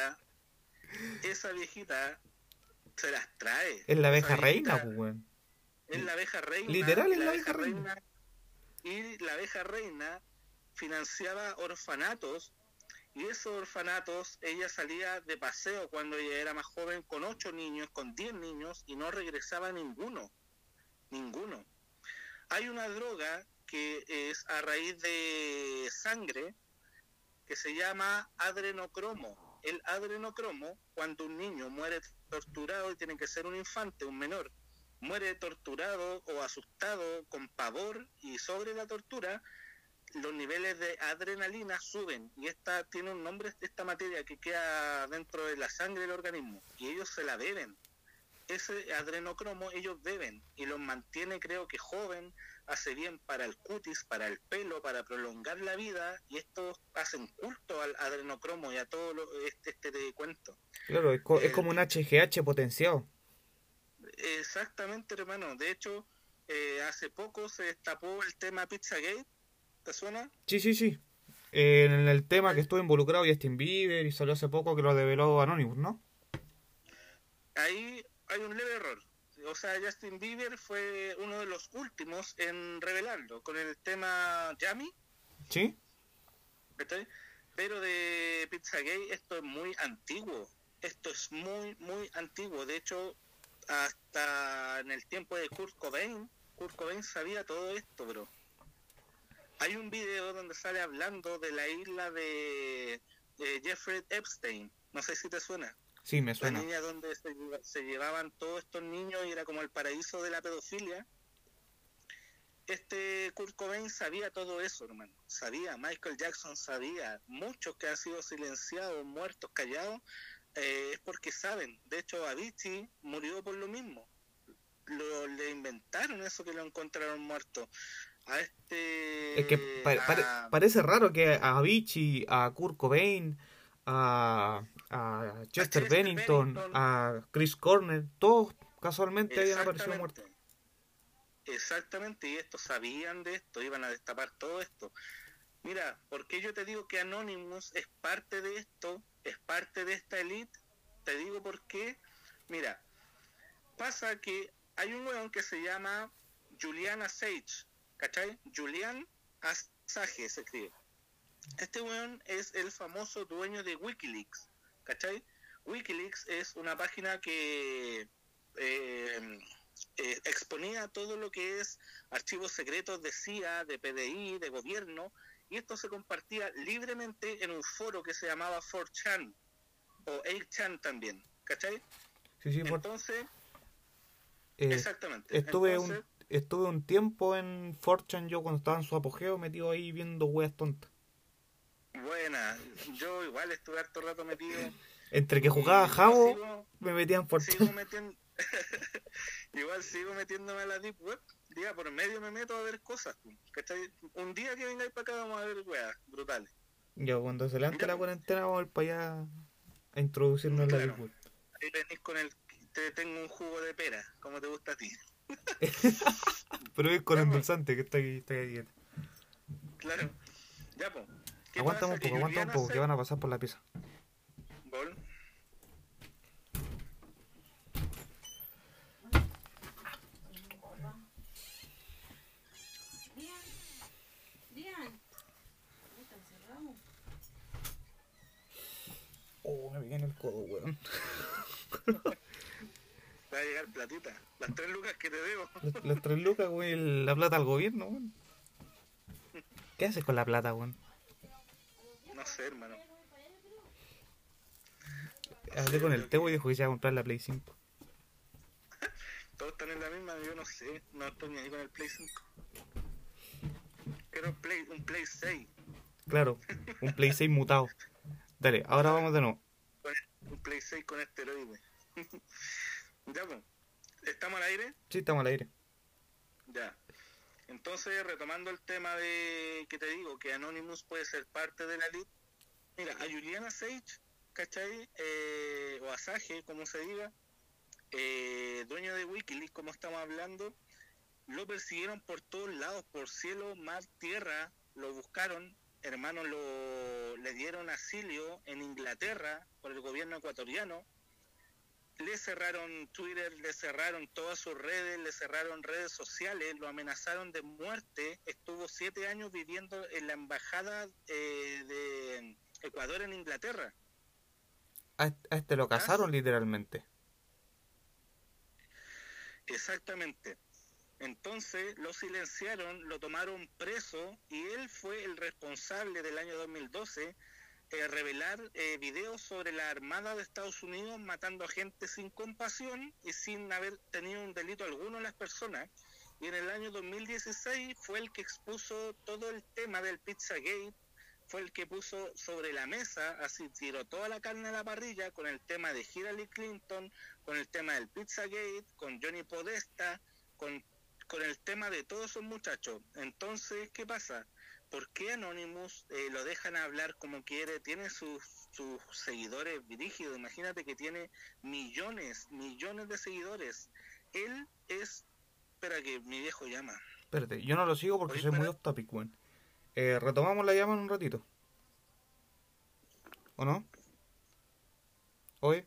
viejita se las trae. Es la abeja Esa reina, viejita pues, weón. es la abeja reina. Literal, es y la abeja reina. Y la abeja reina financiaba orfanatos, y esos orfanatos ella salía de paseo cuando ella era más joven con 8 niños, con 10 niños, y no regresaba ninguno. Hay una droga que es a raíz de sangre que se llama adrenocromo. El adrenocromo, cuando un niño muere torturado, y tiene que ser un infante, un menor, muere torturado o asustado con pavor, y sobre la tortura los niveles de adrenalina suben, y esta tiene un nombre, esta materia que queda dentro de la sangre del organismo, y ellos se la beben. Ese adrenocromo ellos beben y los mantiene, creo que joven, hace bien para el cutis, para el pelo, para prolongar la vida, y estos hacen culto al adrenocromo y a todo este de cuento. Claro, es como un HGH potenciado. Exactamente, hermano. De hecho, hace poco se destapó el tema Pizzagate. ¿Te suena? Sí. En el tema que estuvo involucrado Justin Bieber, y salió hace poco que lo develó Anonymous, ¿no? Ahí hay un leve error. O sea, Justin Bieber fue uno de los últimos en revelarlo con el tema Yummy. Sí. ¿Cachai? Pero de Pizzagate esto es muy antiguo. Esto es muy antiguo. De hecho, hasta en el tiempo de Kurt Cobain sabía todo esto, bro. Hay un video donde sale hablando de la isla de Jeffrey Epstein. No sé si te suena. Sí, me suena. La niña donde se llevaban todos estos niños y era como el paraíso de la pedofilia. Kurt Cobain sabía todo eso, hermano. Sabía, Michael Jackson sabía. Muchos que han sido silenciados, muertos, callados, es porque saben. De hecho, Avicii murió por lo mismo. Le inventaron eso, que lo encontraron muerto. Es que parece raro que a Avicii, a Kurt Cobain, a Chester Bennington, a Chris Cornell, todos casualmente habían aparecido muertos. Exactamente, y estos sabían de esto, iban a destapar todo esto. Mira, ¿por qué yo te digo que Anonymous es parte de esto, es parte de esta elite? Te digo por qué. Mira, pasa que hay un weón que se llama Julian Assange, ¿cachai? Julian Assange se escribe. Este weón es el famoso dueño de Wikileaks, ¿cachai? Wikileaks es una página que exponía todo lo que es archivos secretos de CIA, de PDI, de gobierno, y esto se compartía libremente en un foro que se llamaba 4chan, o 8chan también, ¿cachai? Sí, entonces, exactamente. Estuve un tiempo en 4chan, yo cuando estaba en su apogeo, metido ahí viendo weas tontas. Buena, yo igual estuve harto rato metido. Entre que jugaba Jabo, me metía en 4chan. Igual sigo metiéndome a la Deep Web, día por medio me meto a ver cosas, ¿cachai? Un día que vengáis para acá vamos a ver weas brutales. Ya, cuando se levante la cuarentena vamos a ir para allá a introducirnos en la Deep Web. Ahí venís con te tengo un jugo de pera, como te gusta a ti. Pero es con endulzante, que está aquí. Claro, ya pues. Aguanta un poco, que van a pasar por la pieza. Gol. Oh, me pegué en el codo, weón. Va a llegar platita. Las 3 lucas que te debo. Las 3 lucas, weón, la plata al gobierno, weón. ¿Qué haces con la plata, weón? No sé, hermano. Hablé con el Tebo y dijo que se iba a comprar la Play 5. Todos están en la misma, yo no sé. No estoy ni ahí con el Play 5. Quiero un Play 6. Claro, un Play 6 mutado. Dale, ahora vamos de nuevo. Un Play 6 con esteroides. Ya, pues. ¿Estamos al aire? Sí, estamos al aire. Ya. Entonces, retomando el tema de que te digo, que Anonymous puede ser parte de la elite. Mira, a Julian Assange, ¿cachai? O Assange, como se diga, dueño de Wikileaks, como estamos hablando, lo persiguieron por todos lados, por cielo, mar, tierra, lo buscaron, hermanos, le dieron asilio en Inglaterra por el gobierno ecuatoriano, le cerraron Twitter, le cerraron todas sus redes, le cerraron redes sociales, lo amenazaron de muerte, estuvo 7 años viviendo en la embajada de Ecuador en Inglaterra. A este lo cazaron literalmente. Exactamente. Entonces lo silenciaron, lo tomaron preso y él fue el responsable del año 2012 revelar videos sobre la Armada de Estados Unidos matando a gente sin compasión y sin haber tenido un delito alguno en las personas. Y en el año 2016 fue el que expuso todo el tema del Pizzagate, fue el que puso sobre la mesa, así tiró toda la carne a la parrilla con el tema de Hillary Clinton, con el tema del Pizzagate, con Johnny Podesta, con el tema de todos esos muchachos. Entonces, ¿qué pasa? ¿Por qué Anonymous lo dejan hablar como quiere? Tiene sus seguidores brígidos. Imagínate que tiene millones de seguidores. Él es... Espera que mi viejo llama. Espérate, yo no lo sigo porque soy muy off topic, weón. Retomamos la llama en un ratito. ¿O no? ¿Oye?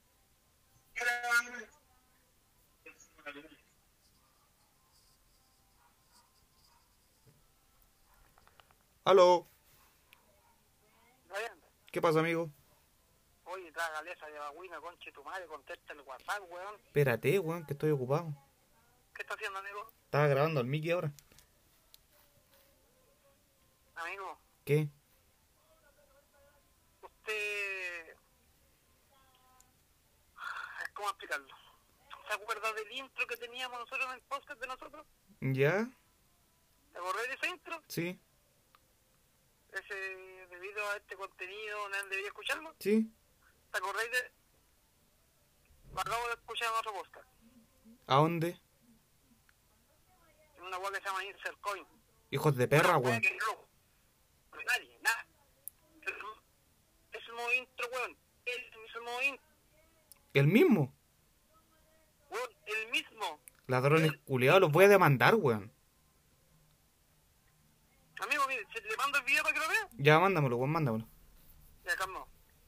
¿Aló? Brian, ¿Qué pasa, amigo? oye, trágale esa de vagüina, conche tu madre, contesta el WhatsApp, weón. Espérate, weón, que estoy ocupado. ¿Qué está haciendo, amigo? Estaba grabando al Mickey ahora. Amigo, ¿Qué? usted... ¿Cómo explicarlo? ¿Se acuerda del intro que teníamos nosotros en el podcast de nosotros? ¿Ya? ¿Te acordás de ese intro? ¿Sí? Ese, debido a este contenido, ¿nadie debería escucharlo? ¿Sí? ¿Te acordáis de...? Lo acabo de escuchar en otro podcast. ¿A dónde? En una web que se llama Insert Coin. Hijos de perra, Una wea weón. que no, nadie, nada. Es el nuevo intro, weón. Es el nuevo intro, ¿El mismo? weón. El mismo. Ladrones culiados, los voy a demandar, weón. Amigo, mire, ¿le mando el video para que lo vea? Ya, mándamelo, weón, mándamelo. Ya, calma.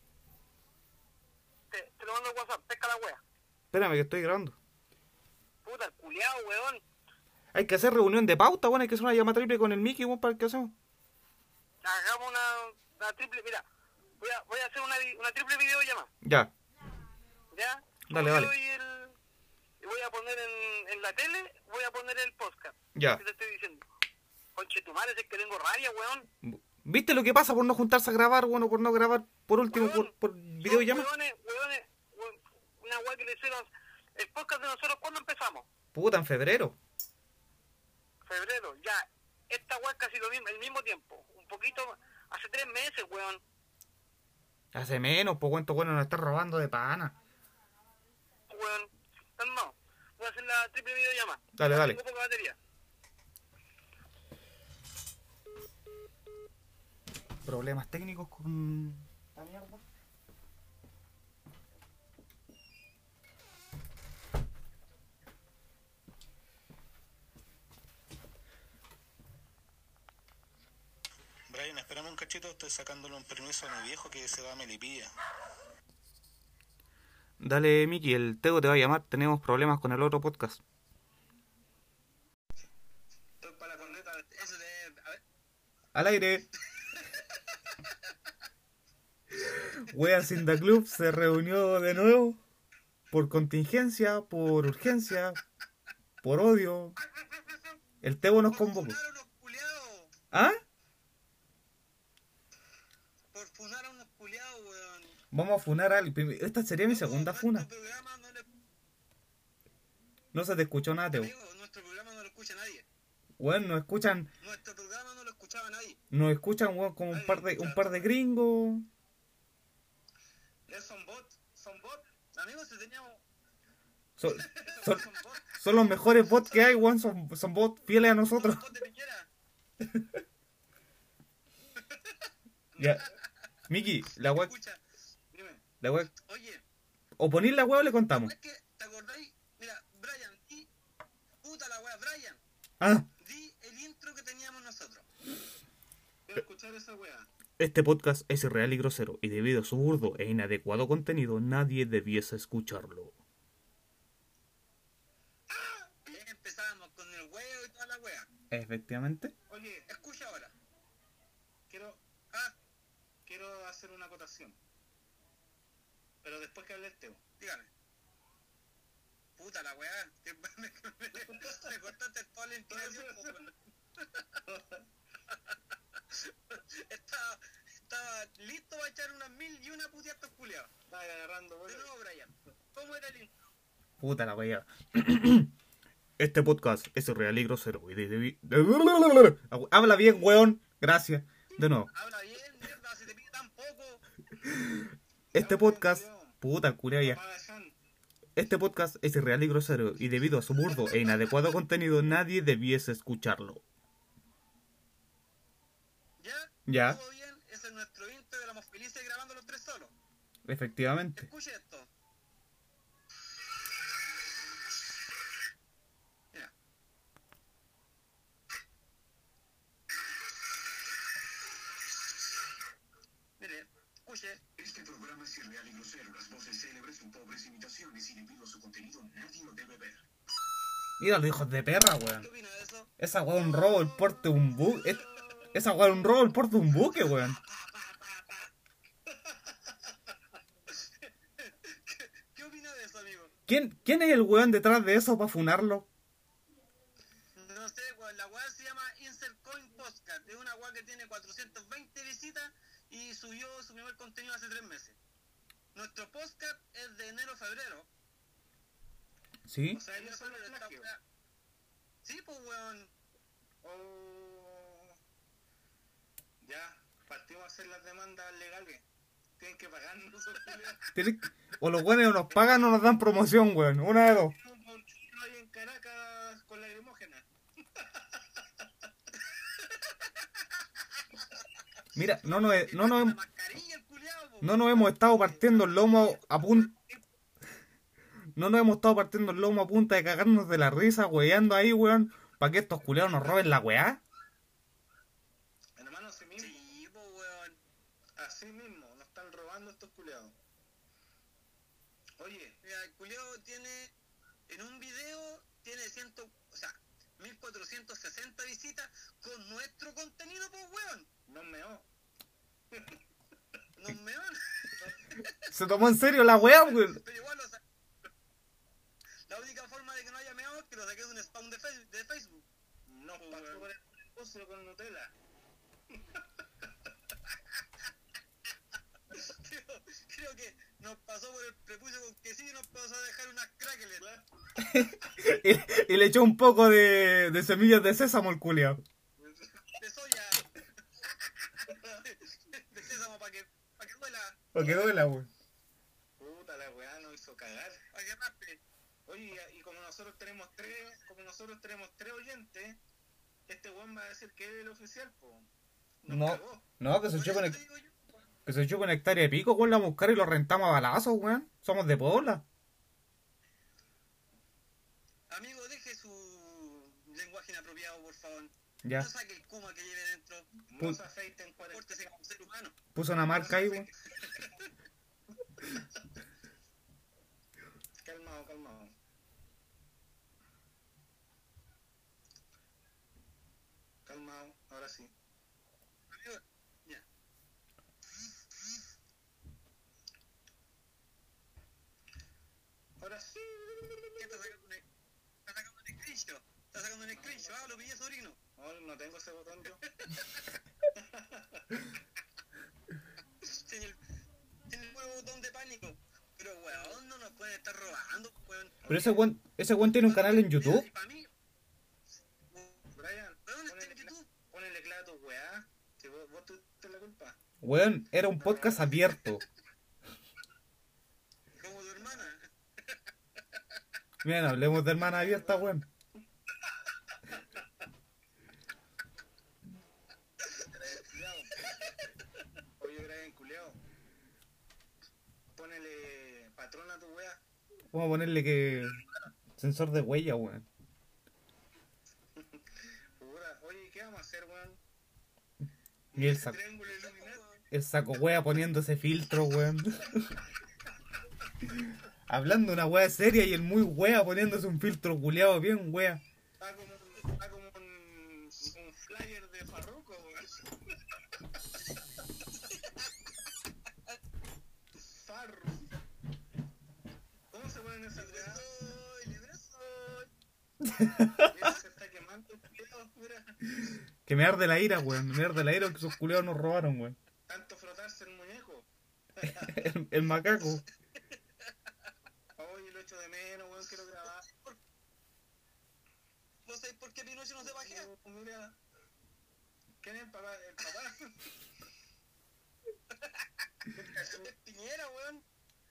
Te lo mando al WhatsApp, pesca la wea. Espérame que estoy grabando. Puta, el culiao, weón. Hay que hacer reunión de pauta, weón. Hay que hacer una llamada triple con el Mickey, weón, para que hacemos. Hagamos una triple, mira. Voy a hacer una triple videollamada. Ya, ¿Ya? Dale, Yo dale. y voy a poner en la tele, voy a poner el podcast. ya. ¿Qué te estoy diciendo? Conche tu madre, es que tengo rabia, weón. ¿Viste lo que pasa por no juntarse a grabar, bueno, por no grabar por último Weón, por videollamada? Weones, una weá que le hicieron. El podcast de nosotros, ¿cuándo empezamos? Puta, en febrero. Febrero, ya. Esta weá es casi lo mismo, el mismo tiempo. Un poquito, hace 3 meses, weón. Hace menos, pues cuánto bueno nos está robando de pana. Weón. No, voy a hacer la triple videollamada. Dale, dale. Tengo poca batería. Problemas técnicos con esta mierda. Brian, espérame un cachito, estoy sacándole un permiso a mi viejo que se va a Melipilla. Dale, Miki, el Tego te va a llamar. Tenemos problemas con el otro podcast. Estoy para la corneta, eso de... A ver. Al aire. Wea Cinda Club se reunió de nuevo. Por contingencia, por urgencia, por odio. El Tego nos convocó. Por funar a unos culiados. ¿Ah? Por funar a unos culiados, weón. Vamos a funar al... Esta sería mi segunda Nuestro funa. programa no le... No se te escuchó nada, Tego. Amigo, nuestro programa no lo escucha nadie. Weón, nos escuchan... Nuestro programa no lo escuchaba nadie. Nos escuchan, weón, como un par de gringos. Son bots. Amigos, si teníamos... Son, son, Son los mejores bots que hay, weón. Son bots fieles a nosotros. Son los bots de Piñera. Ya. Miki, la weá. Escucha, dime. La weá. Oye, O ponís la weá o le contamos. es que, ¿te acordáis? Mira, Brian, puta la wea, Brian, Ah. di el intro que teníamos nosotros. Quiero escuchar esa weá. Este podcast es irreal y grosero, y debido a su burdo e inadecuado contenido, nadie debiese escucharlo. Empezábamos con el huevo y toda la wea. Efectivamente. Oye, Escucha ahora. quiero hacer una acotación. Pero después que hable el Teo. Dígame. Puta la weá. Me cortaste toda la inspiración. Estaba listo para echar unas 1000 y una puteada a estos culiados. Estaba agarrando, De nuevo, Brian. ¿Cómo era el intro? Puta la weá. Este podcast es irreal y grosero, y habla bien, weón. Gracias. De nuevo. Habla bien, mierda, si te pide tan poco. Este podcast... Puta, culia ya. Papá Jan, Este podcast es irreal y grosero, y debido a su burdo e inadecuado contenido, nadie debiese escucharlo. ¿Ya? Ya. ¿Todo bien? Ese es nuestro intro y éramos felices grabando los tres solos. Efectivamente. Escuche esto. Mira. Mire, escuche. Este programa es irreal y grosero. Las voces célebres son pobres imitaciones y debido a su contenido nadie lo debe ver. Mira los hijos de perra, weón. ¿Qué opina de eso? Esa weá es un robo el porte de un buque. Esa weá es un robo el porte de un buque, weón. ¿Qué opina de eso, amigo? ¿Quién es el weón detrás de eso para funarlo? No sé, weón. La weá se llama Insert Coin Podcast. Es una weá que tiene 420 visitas y subió su primer contenido hace 3 meses. Nuestro podcast es de enero-febrero. ¿Sí? o sea, ellos son el plagio. Sí, pues, weón. Oh, ya, partimos a hacer las demandas legales. Tienen que pagarnos esos culiados. O los weones o nos pagan o nos dan promoción, weón. Una de dos. Un chino ahí en Caracas con lacrimógena. Mira, no La mascarilla, el culiao, po. nos hemos estado partiendo el lomo a punta. No nos hemos estado partiendo el lomo a punta de cagarnos de la risa, weando ahí, weón. Para que estos culiados nos roben la weá. Hermano, así mismo. Sí, pues, weón. Así mismo, nos están robando estos culiados. Oye, Mira, el culiao tiene, en un video, tiene 1460 visitas con nuestro contenido, pues, weón. nos meó. Nos meón. Se tomó en serio la weá, weón. Pero igual, o sea, la única forma de que no haya meado es que lo saqué de un spam de Facebook. Nos Oh, pasó weón. por el negocio con Nutella. Creo que nos pasó por el prepucio con quesillo y nos pasó a dejar unas crackles, ¿verdad? y le echó un poco de semillas de sésamo al culiao. De soya. De sésamo para que duela, Para que duela, weón. Puta, la weá nos hizo cagar. para que raspe. Oye, y como nosotros tenemos tres oyentes, este weón va a decir que es el oficial, po. Nos cagó. No, que Por se eso chupen te digo yo, que se chupen una hectárea de pico, weón, la buscar y lo rentamos a balazos, weón. Somos de Puebla. amigo, deje su lenguaje inapropiado, por favor. Ya. No saque el kuma que lleve dentro. No se afeiten 40. Pórtese como ser humano. Puso una marca ahí, weón. Calmado, calmado. Calmado, ahora sí. Amigo, ya. Ahora sí. ¿Qué está sacando un screenshot? Está sacando un screenshot. Ah, lo pillé, sobrino. No tengo ese botón yo. Tiene el nuevo botón de pánico. Pero, weón, no nos pueden estar robando, weón. Pero ese weón tiene un canal en YouTube. Y para mí, Brian, weón, está en YouTube. ponele claro a tu weá. Si vos tuviste la culpa. Weón, era un podcast abierto. Como tu hermana. Mira, no hablemos de hermana abierta, weón. Oye, Brian, culiao. Ponele patrón a tu wea. Vamos a ponerle que... Sensor de huella, weón. Puta, oye, ¿qué vamos a hacer, weón? Y el Ese saco, triángulo Illuminati. el saco wea poniendo ese filtro, weón. Hablando una wea seria y el muy wea poniéndose un filtro culiado bien wea. Está como un flyer de Farruko, weón. Farru. ¿Cómo se ponen esas weas? Libre soy. Mira, se está quemando el culiao, mira. Que me arde la ira, weón. Me arde la ira que esos culiados nos robaron, weón. Tanto frotarse el muñeco. El macaco. Oye, lo echo de menos, weón, quiero grabar. ¿Vos sabés por qué Pinocho no se bajea? Mira. ¿Quién es el papá? ¿El papá? Es Piñera, weón.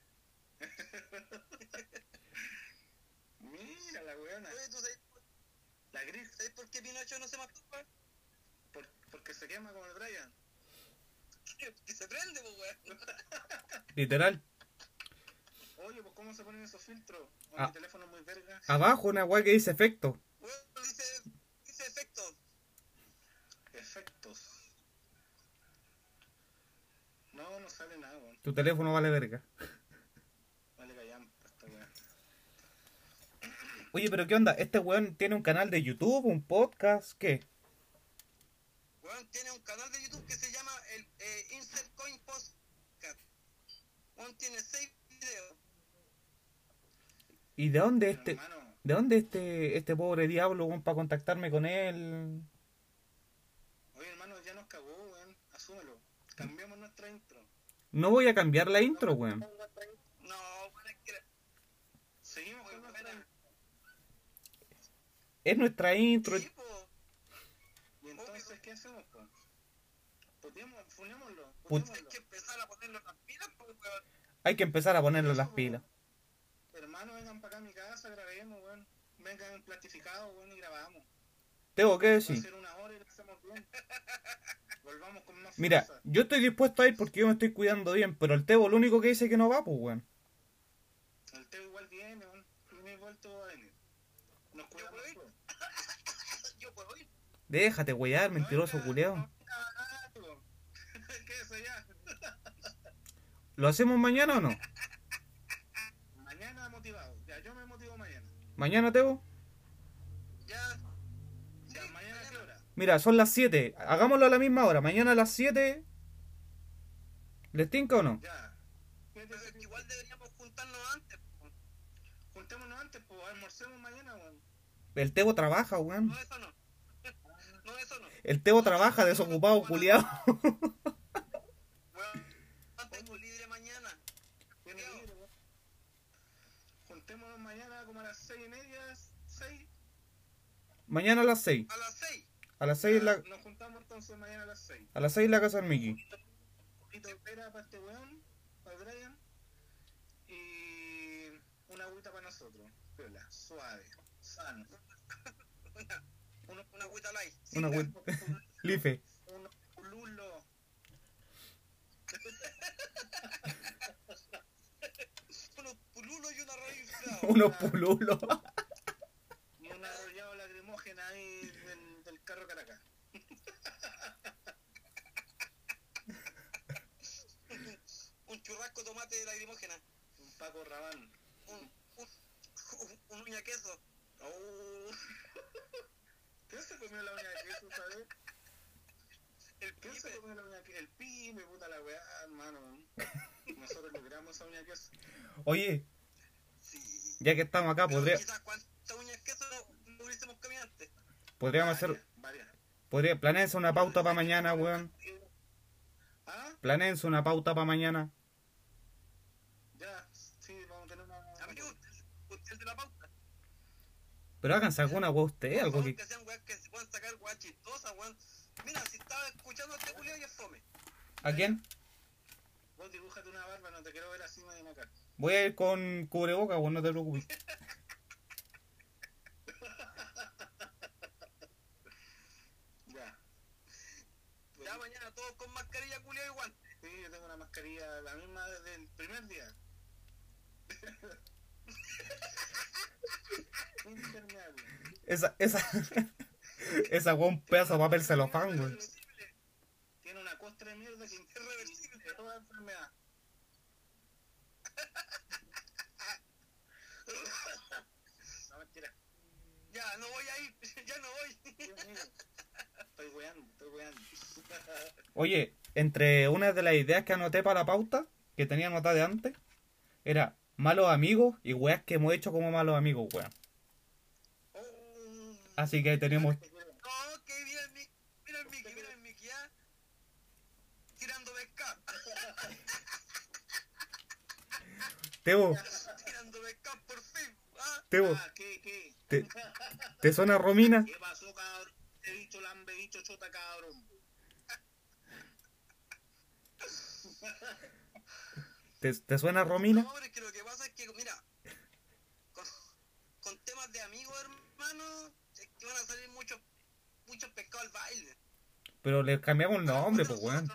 Mira la weona. Oye, ¿tú sabés La gris. por qué Pinocho no se masturba? Porque se quema como el Brian. Que se prende, pues, weón. Literal. Oye, pues ¿cómo se ponen esos filtros? Con Ah. mi teléfono muy verga. Abajo una wea que dice efecto. Weón, dice efecto. Efectos. No, no sale nada, weón. Tu teléfono vale verga. Vale callampa esta weá. Oye, pero ¿qué onda? ¿Este weón tiene un canal de YouTube, un podcast? ¿Qué? Weón tiene un canal de YouTube que se llama el Insert Coin Podcast. Weón tiene 6 videos. ¿Y de dónde Pero, este... hermano, ¿De dónde este pobre diablo, weón, para contactarme con él? oye, hermano, ya nos cagó, weón. Asúmelo. Cambiamos nuestra intro. No voy a cambiar la intro, weón. No, weón, es que... Seguimos con nuestra buena. intro. Es nuestra intro. Sí, po. ¿Y entonces qué hacemos, pues? Funémoslo. Hay que empezar a ponerlo en las pilas, pues, weón. Hay que empezar a ponerle las pilas. Hermano, vengan para acá a mi casa, grabemos, weón. Vengan platificados, weón, y grabamos. Tengo que Va a decir. ser 1 hora y lo hacemos bien. Volvamos con más Mira, fuerza. yo estoy dispuesto a ir porque yo me estoy cuidando bien, pero el Tebo lo único que dice que no va, pues, weón. El Teo igual viene, weón. Viene y vuelto a venir. Nos cuidamos puedo ir? todos. Yo puedo ir. Déjate, weyar, mentiroso No, culeado. no, no. ¿Qué es eso ya? ¿Lo hacemos mañana o no? Mañana motivado. Ya, yo me motivo mañana. ¿Mañana, Tebo? Ya. Ya, mañana a qué hora. Mira, son las 7. Hagámoslo a la misma hora. Mañana a las 7. ¿Les tinca o no? Ya. Pero es que igual deberíamos juntarnos antes, po. Juntémonos antes, pues almorcemos mañana, weón. El Tebo trabaja, weón. No, eso no. No, eso no. El Tebo trabaja desocupado, culiado. Weón, tengo libre mañana. Viene libre, weón. Juntémonos mañana como a las 6:30, 6. Mañana a las 6. A las 6. A las 6 Nos juntamos entonces mañana a las 6. a las 6 en la casa del Mickey. Un poquito de pera para este weón, para Brian. Y una agüita para nosotros. Piola, suave, sano. Una agüita light. Una Sin güey. Life. Un pululo. unos pululos y un arroz inflado. Unos pululos. Y un arrollado lacrimógena ahí del carro Caracas. Un churrasco tomate de lagrimógena. Un Paco Rabán. Un uña queso. Oh. ¿Qué se comió la uña de queso, sabes? El ¿Qué se pipe. comió la uña de queso? El pyme, puta la weá, hermano. Nosotros logramos esa uña de queso. Oye, Sí. ya que estamos acá, Pero podría, quizás cuántas uñas queso no hubiésemos comido antes. podríamos hacer... Varias. Planeense una pauta para mañana, weón. ¿Ah? Planeense una pauta para mañana. Ya, sí, vamos a tener una... Amigo, usted de la pauta. Pero háganse alguna weón ustedes, Por algo favor, que... sean weas que se puedan sacar weas chistosas, weón. Mira, si estaba escuchando a este Julio y es fome. ¿A quién? Vos dibújate una barba, no te quiero ver así, madre acá. Voy a ir con cubreboca, weón, no te preocupes. mañana todos con mascarilla, culiao y guantes. Sí, yo tengo una mascarilla la misma desde el primer día. Impermeable. Esa weón, un pedazo de papel celofán, weón. Tiene una costra de mierda que es reversible de toda enfermedad. No, mentira. Ya, no voy a ir, ya no voy. Dios mío. Estoy weando. Oye, entre una de las ideas que anoté para la pauta, que tenía anotada de antes, era malos amigos y weas que hemos hecho como malos amigos, weón. Así que tenemos... No, que mira el Mickey, ya. Tirando pesca. Tebo, Tirando pesca por Facebook, ¿ah? Tebo, ¿Qué? ¿te suena Romina? ¿Qué pasó, cabrón? He dicho lambe, dicho chota, cabrón. ¿Te suena Romina? No, pero es que lo que pasa es que, mira, con temas de amigos, hermano, es que van a salir muchos pescados al baile. Pero les cambiamos el nombre, pues, weón.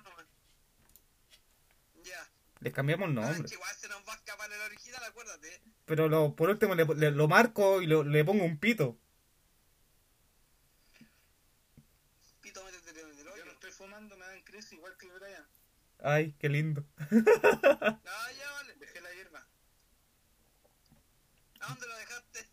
Ya. Les cambiamos el Ah, es nombre. que igual se nos va a escapar el original, acuérdate. Pero por último lo marco y le pongo un pito. Pito, métete en el Yo no hoyo. estoy fumando, me dan crisis igual que el Brian. Ay, qué lindo. Ah, ya vale. Dejé la hierba. ¿A dónde lo dejaste?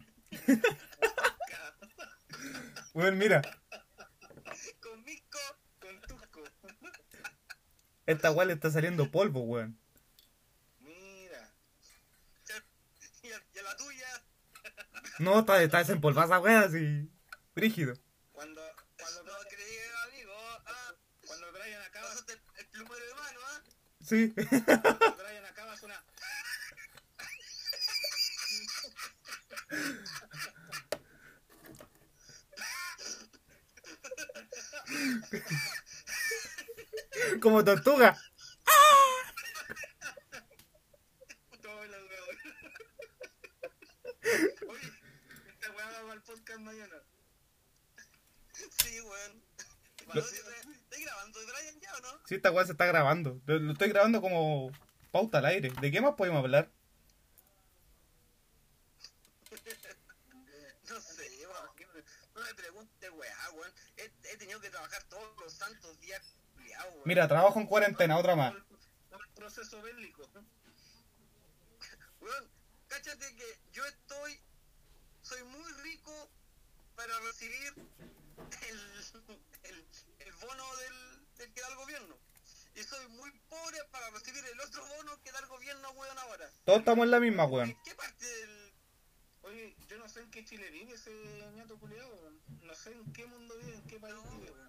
Weón, mira, Con Misco. Con Tusco. esta weá le está saliendo polvo, weón. Mira. Y a la tuya. No, está desempolvada esa weá así. Brígido. Cuando No creí, amigo. Ah, el Brian acaba, pasaste el plumero de mano, ¿ah? Sí. cuando el Brian acaba suena. Como tortuga. Todo la wea. Oye, esta weá va al podcast mañana. Sí, weón. ¿Estás grabando de Brian ya o no? Sí, esta weá se está grabando. Lo estoy grabando como pauta al aire. ¿De qué más podemos hablar? No sé, weón. No me preguntes, weón. He tenido que trabajar todos los santos días, culiao, weón. Mira, trabajo en cuarentena, otra más. Un proceso bélico. Weón, cáchate que yo soy muy rico para recibir el bono del que da el gobierno. Y soy muy pobre para recibir el otro bono que da el gobierno, weón, ahora. Todos estamos en la misma, weón. ¿En qué parte del...? Oye, yo no sé en qué Chile vive ese ñato culiado. No sé en qué mundo vive, en qué país vive, weón.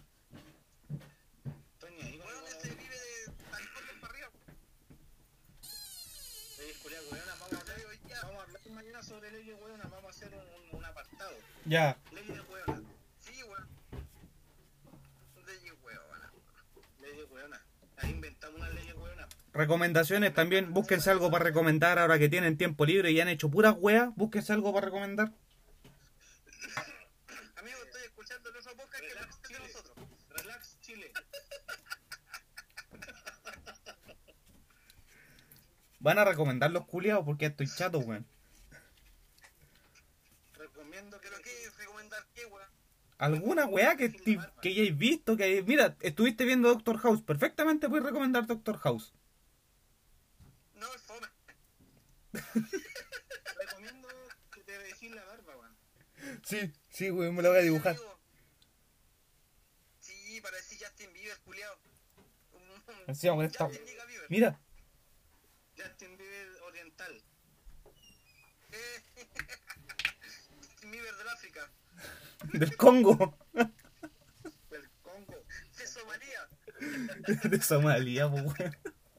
Estoy ni ahí con Weón, ese vive de Antonio para arriba. leyes culiadas, weonas. Vamos a hablar mañana sobre leyes weonas. Vamos a hacer un apartado. Ya. Leyes weonas. Sí, weón. De weón. Leyes weonas. Ahí inventamos unas leyes weonas. Recomendaciones también. Búsquense algo para recomendar ahora que tienen tiempo libre y han hecho puras weas. Búsquense algo para recomendar. Amigo, estoy escuchando el otro podcast que Relax, es de Chile. nosotros. Relax, Chile. Van a recomendar los culiados porque estoy chato, weón. Recomiendo que ¿Pero qué recomendar qué, weón? Alguna weá que hayáis visto, que mira, estuviste viendo Doctor House, perfectamente puedes recomendar Doctor House. No, es fome. recomiendo que te dejes la barba, weón. Sí, weón, me lo voy a dibujar. Amigo. Sí, parece Justin Bieber, culiao. Encima con esta- Justin Bieber. Mira, Justin Bieber oriental. Justin Bieber del África. del Congo, Del Congo. De Somalia. de Somalia, po, weón.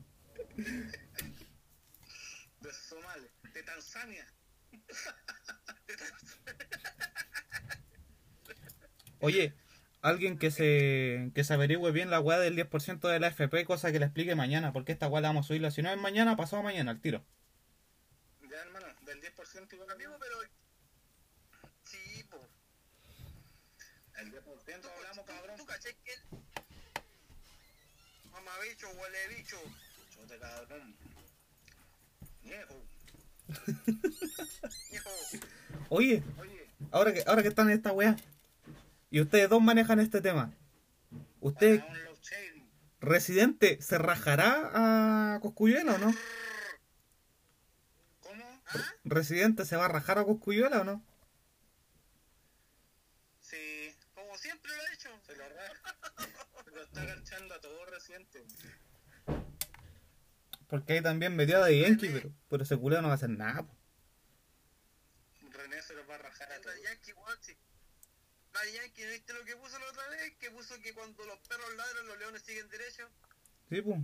De Somalia. De Tanzania. Oye, alguien que se averigüe bien la weá del 10% de la FP, cosa que le explique mañana, porque esta weá la vamos a subirla, si no es mañana, pasado mañana, al tiro. Ya, hermano. Del 10% igual Amigo, pero... Sí, po. El 10% hablamos, cabrón. ¿Tú caché que dicho, huele bicho. Chote cabrón. Viejo. Viejo. Oye, Oye, ahora que están en esta weá, y ustedes dos manejan este tema, ¿usted, para un low shading. Residente, se rajará a Cosculluela o no? ¿Cómo? ¿Ah? ¿Residente se va a rajar a Cosculluela o no? Sí, Como siempre lo he hecho. se lo raja. Se lo está agachando a todo Residente. Porque ahí también metió a de Yankee, pero ese culeo no va a hacer nada. Po. René se los va a rajar a En todos. la Yankee, weón, sí. La Yankee, ¿viste lo que puso la otra vez? Que puso que cuando los perros ladran, los leones siguen derecho. Sí, pues.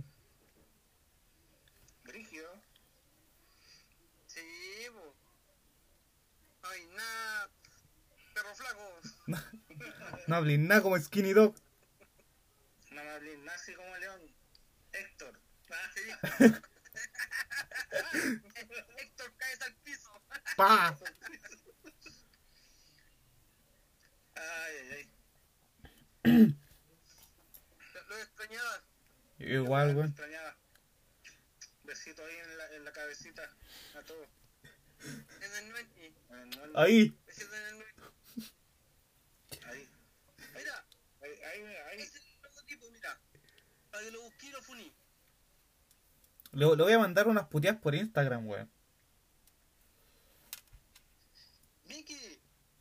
Brígido. Sí, po. Ay, nada. Perro flaco. No hablé nada como Skinny Dog. No me hablé nazi como León. Héctor. Sí. Héctor caes al piso. ¡Pah! Ay, ay, Lo extrañaba. Igual, Me weón. extrañaba. Besito ahí en la cabecita a todos. En el 90. Ahí. Besito en el 90. Ahí. Mira, Ahí. ese es el prototipo, mira. Para que lo busqué y lo funí. Le voy a mandar unas puteadas por Instagram, weón. Vicky.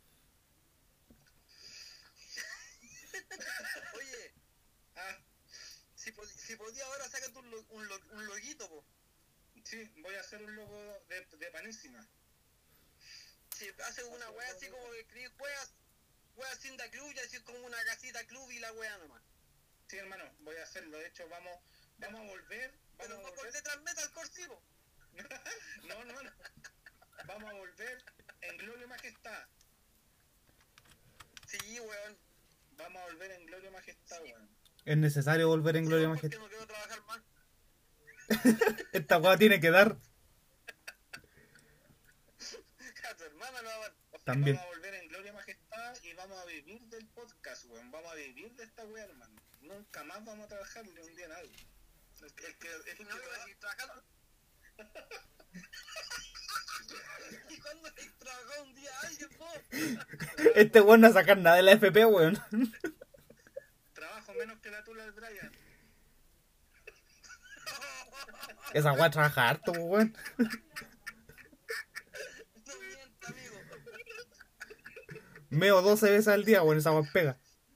Oye, Ah, si podía ahora sácate un loguito, po. sí, voy a hacer un logo de panísima. Si haces una wea así como que escribís weas sin da club y así como una casita club y la wea nomás. Sí, hermano, voy a hacerlo. De hecho, vamos a volver. Pero no por detrás metal corsivo. No. Vamos a volver en gloria y majestad. Sí, weón. Vamos a volver en gloria y majestad, Sí. weón. Es necesario volver en Gloria y Porque Majestad. no quiero trabajar más. Esta weá tiene que dar. A tu hermana no va a dar. También. Vamos a volver en gloria y majestad y vamos a vivir del podcast, weón. Vamos a vivir de esta weá, hermano. Nunca más vamos a trabajar ni un día en algo. Es que No iba a seguir trabajando. ¿Y cuándo has trabajado un día alguien, vos? Este weón no va a sacar nada de la FP, weón. trabajo menos que la tula del Brian. Esa weá trabaja harto, weón. No mienta, amigo. Meo 12 veces al día, weón. Esa weá pega.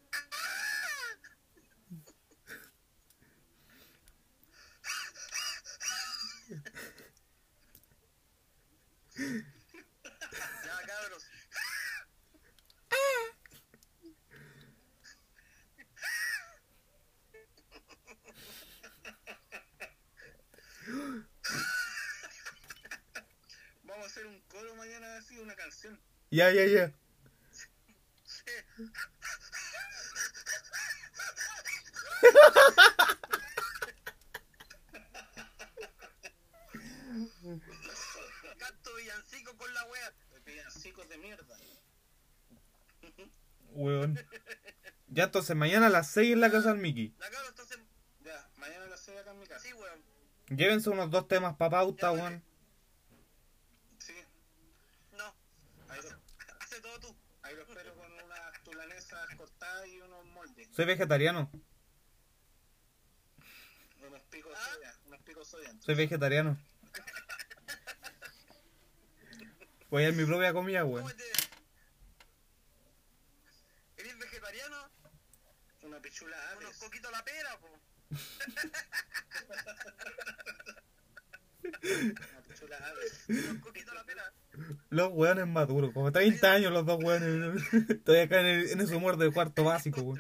Ya, cabros. Vamos a hacer un coro mañana así, una canción. Ya. Canto villancico con la wea. Villancicos de mierda. Weón. Ya, entonces mañana a las 6 en la casa del Mickey. La cabros, entonces. Ya, mañana a las 6 acá en mi casa. Sí, weón. Llévense unos 2 temas pa' pauta, Ya, weón. Sí, No, ahí lo, hace todo tú. ahí lo espero con unas tulanesas cortadas y unos moldes. Soy vegetariano. Unos picos ¿Ah? soya, unos picos soya. Soy vegetariano. Voy a ir mi propia comida, weón. ¿Cómo te... ¿Eres vegetariano? Una pichula Unos aves. coquitos a la pera, po. Una pichula aves. Unos coquitos a la pera. Los weones maduros, como 30 años los dos weones. Estoy acá en ese humor de cuarto básico, weón.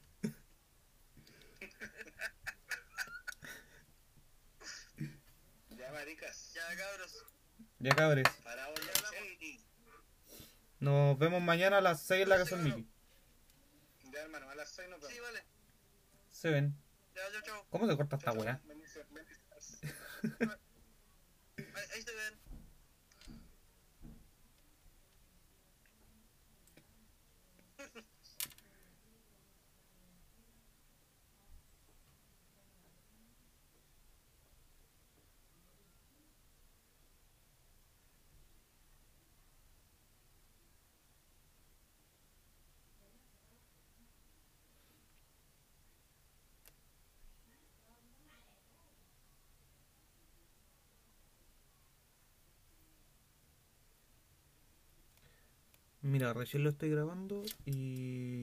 Ya, maricas. Ya, cabros. Ya, cabres. Para hoy Ya ya, hablamos. Shady. Nos vemos mañana a las 6 en la casa del Mickey. Ya, hermano, a las 6 nos vemos. Sí, vale. Se ven. Ya, chao, chao. ¿Cómo se corta esta weá? Bendiciones. Ahí se ven. Mira, recién lo estoy grabando y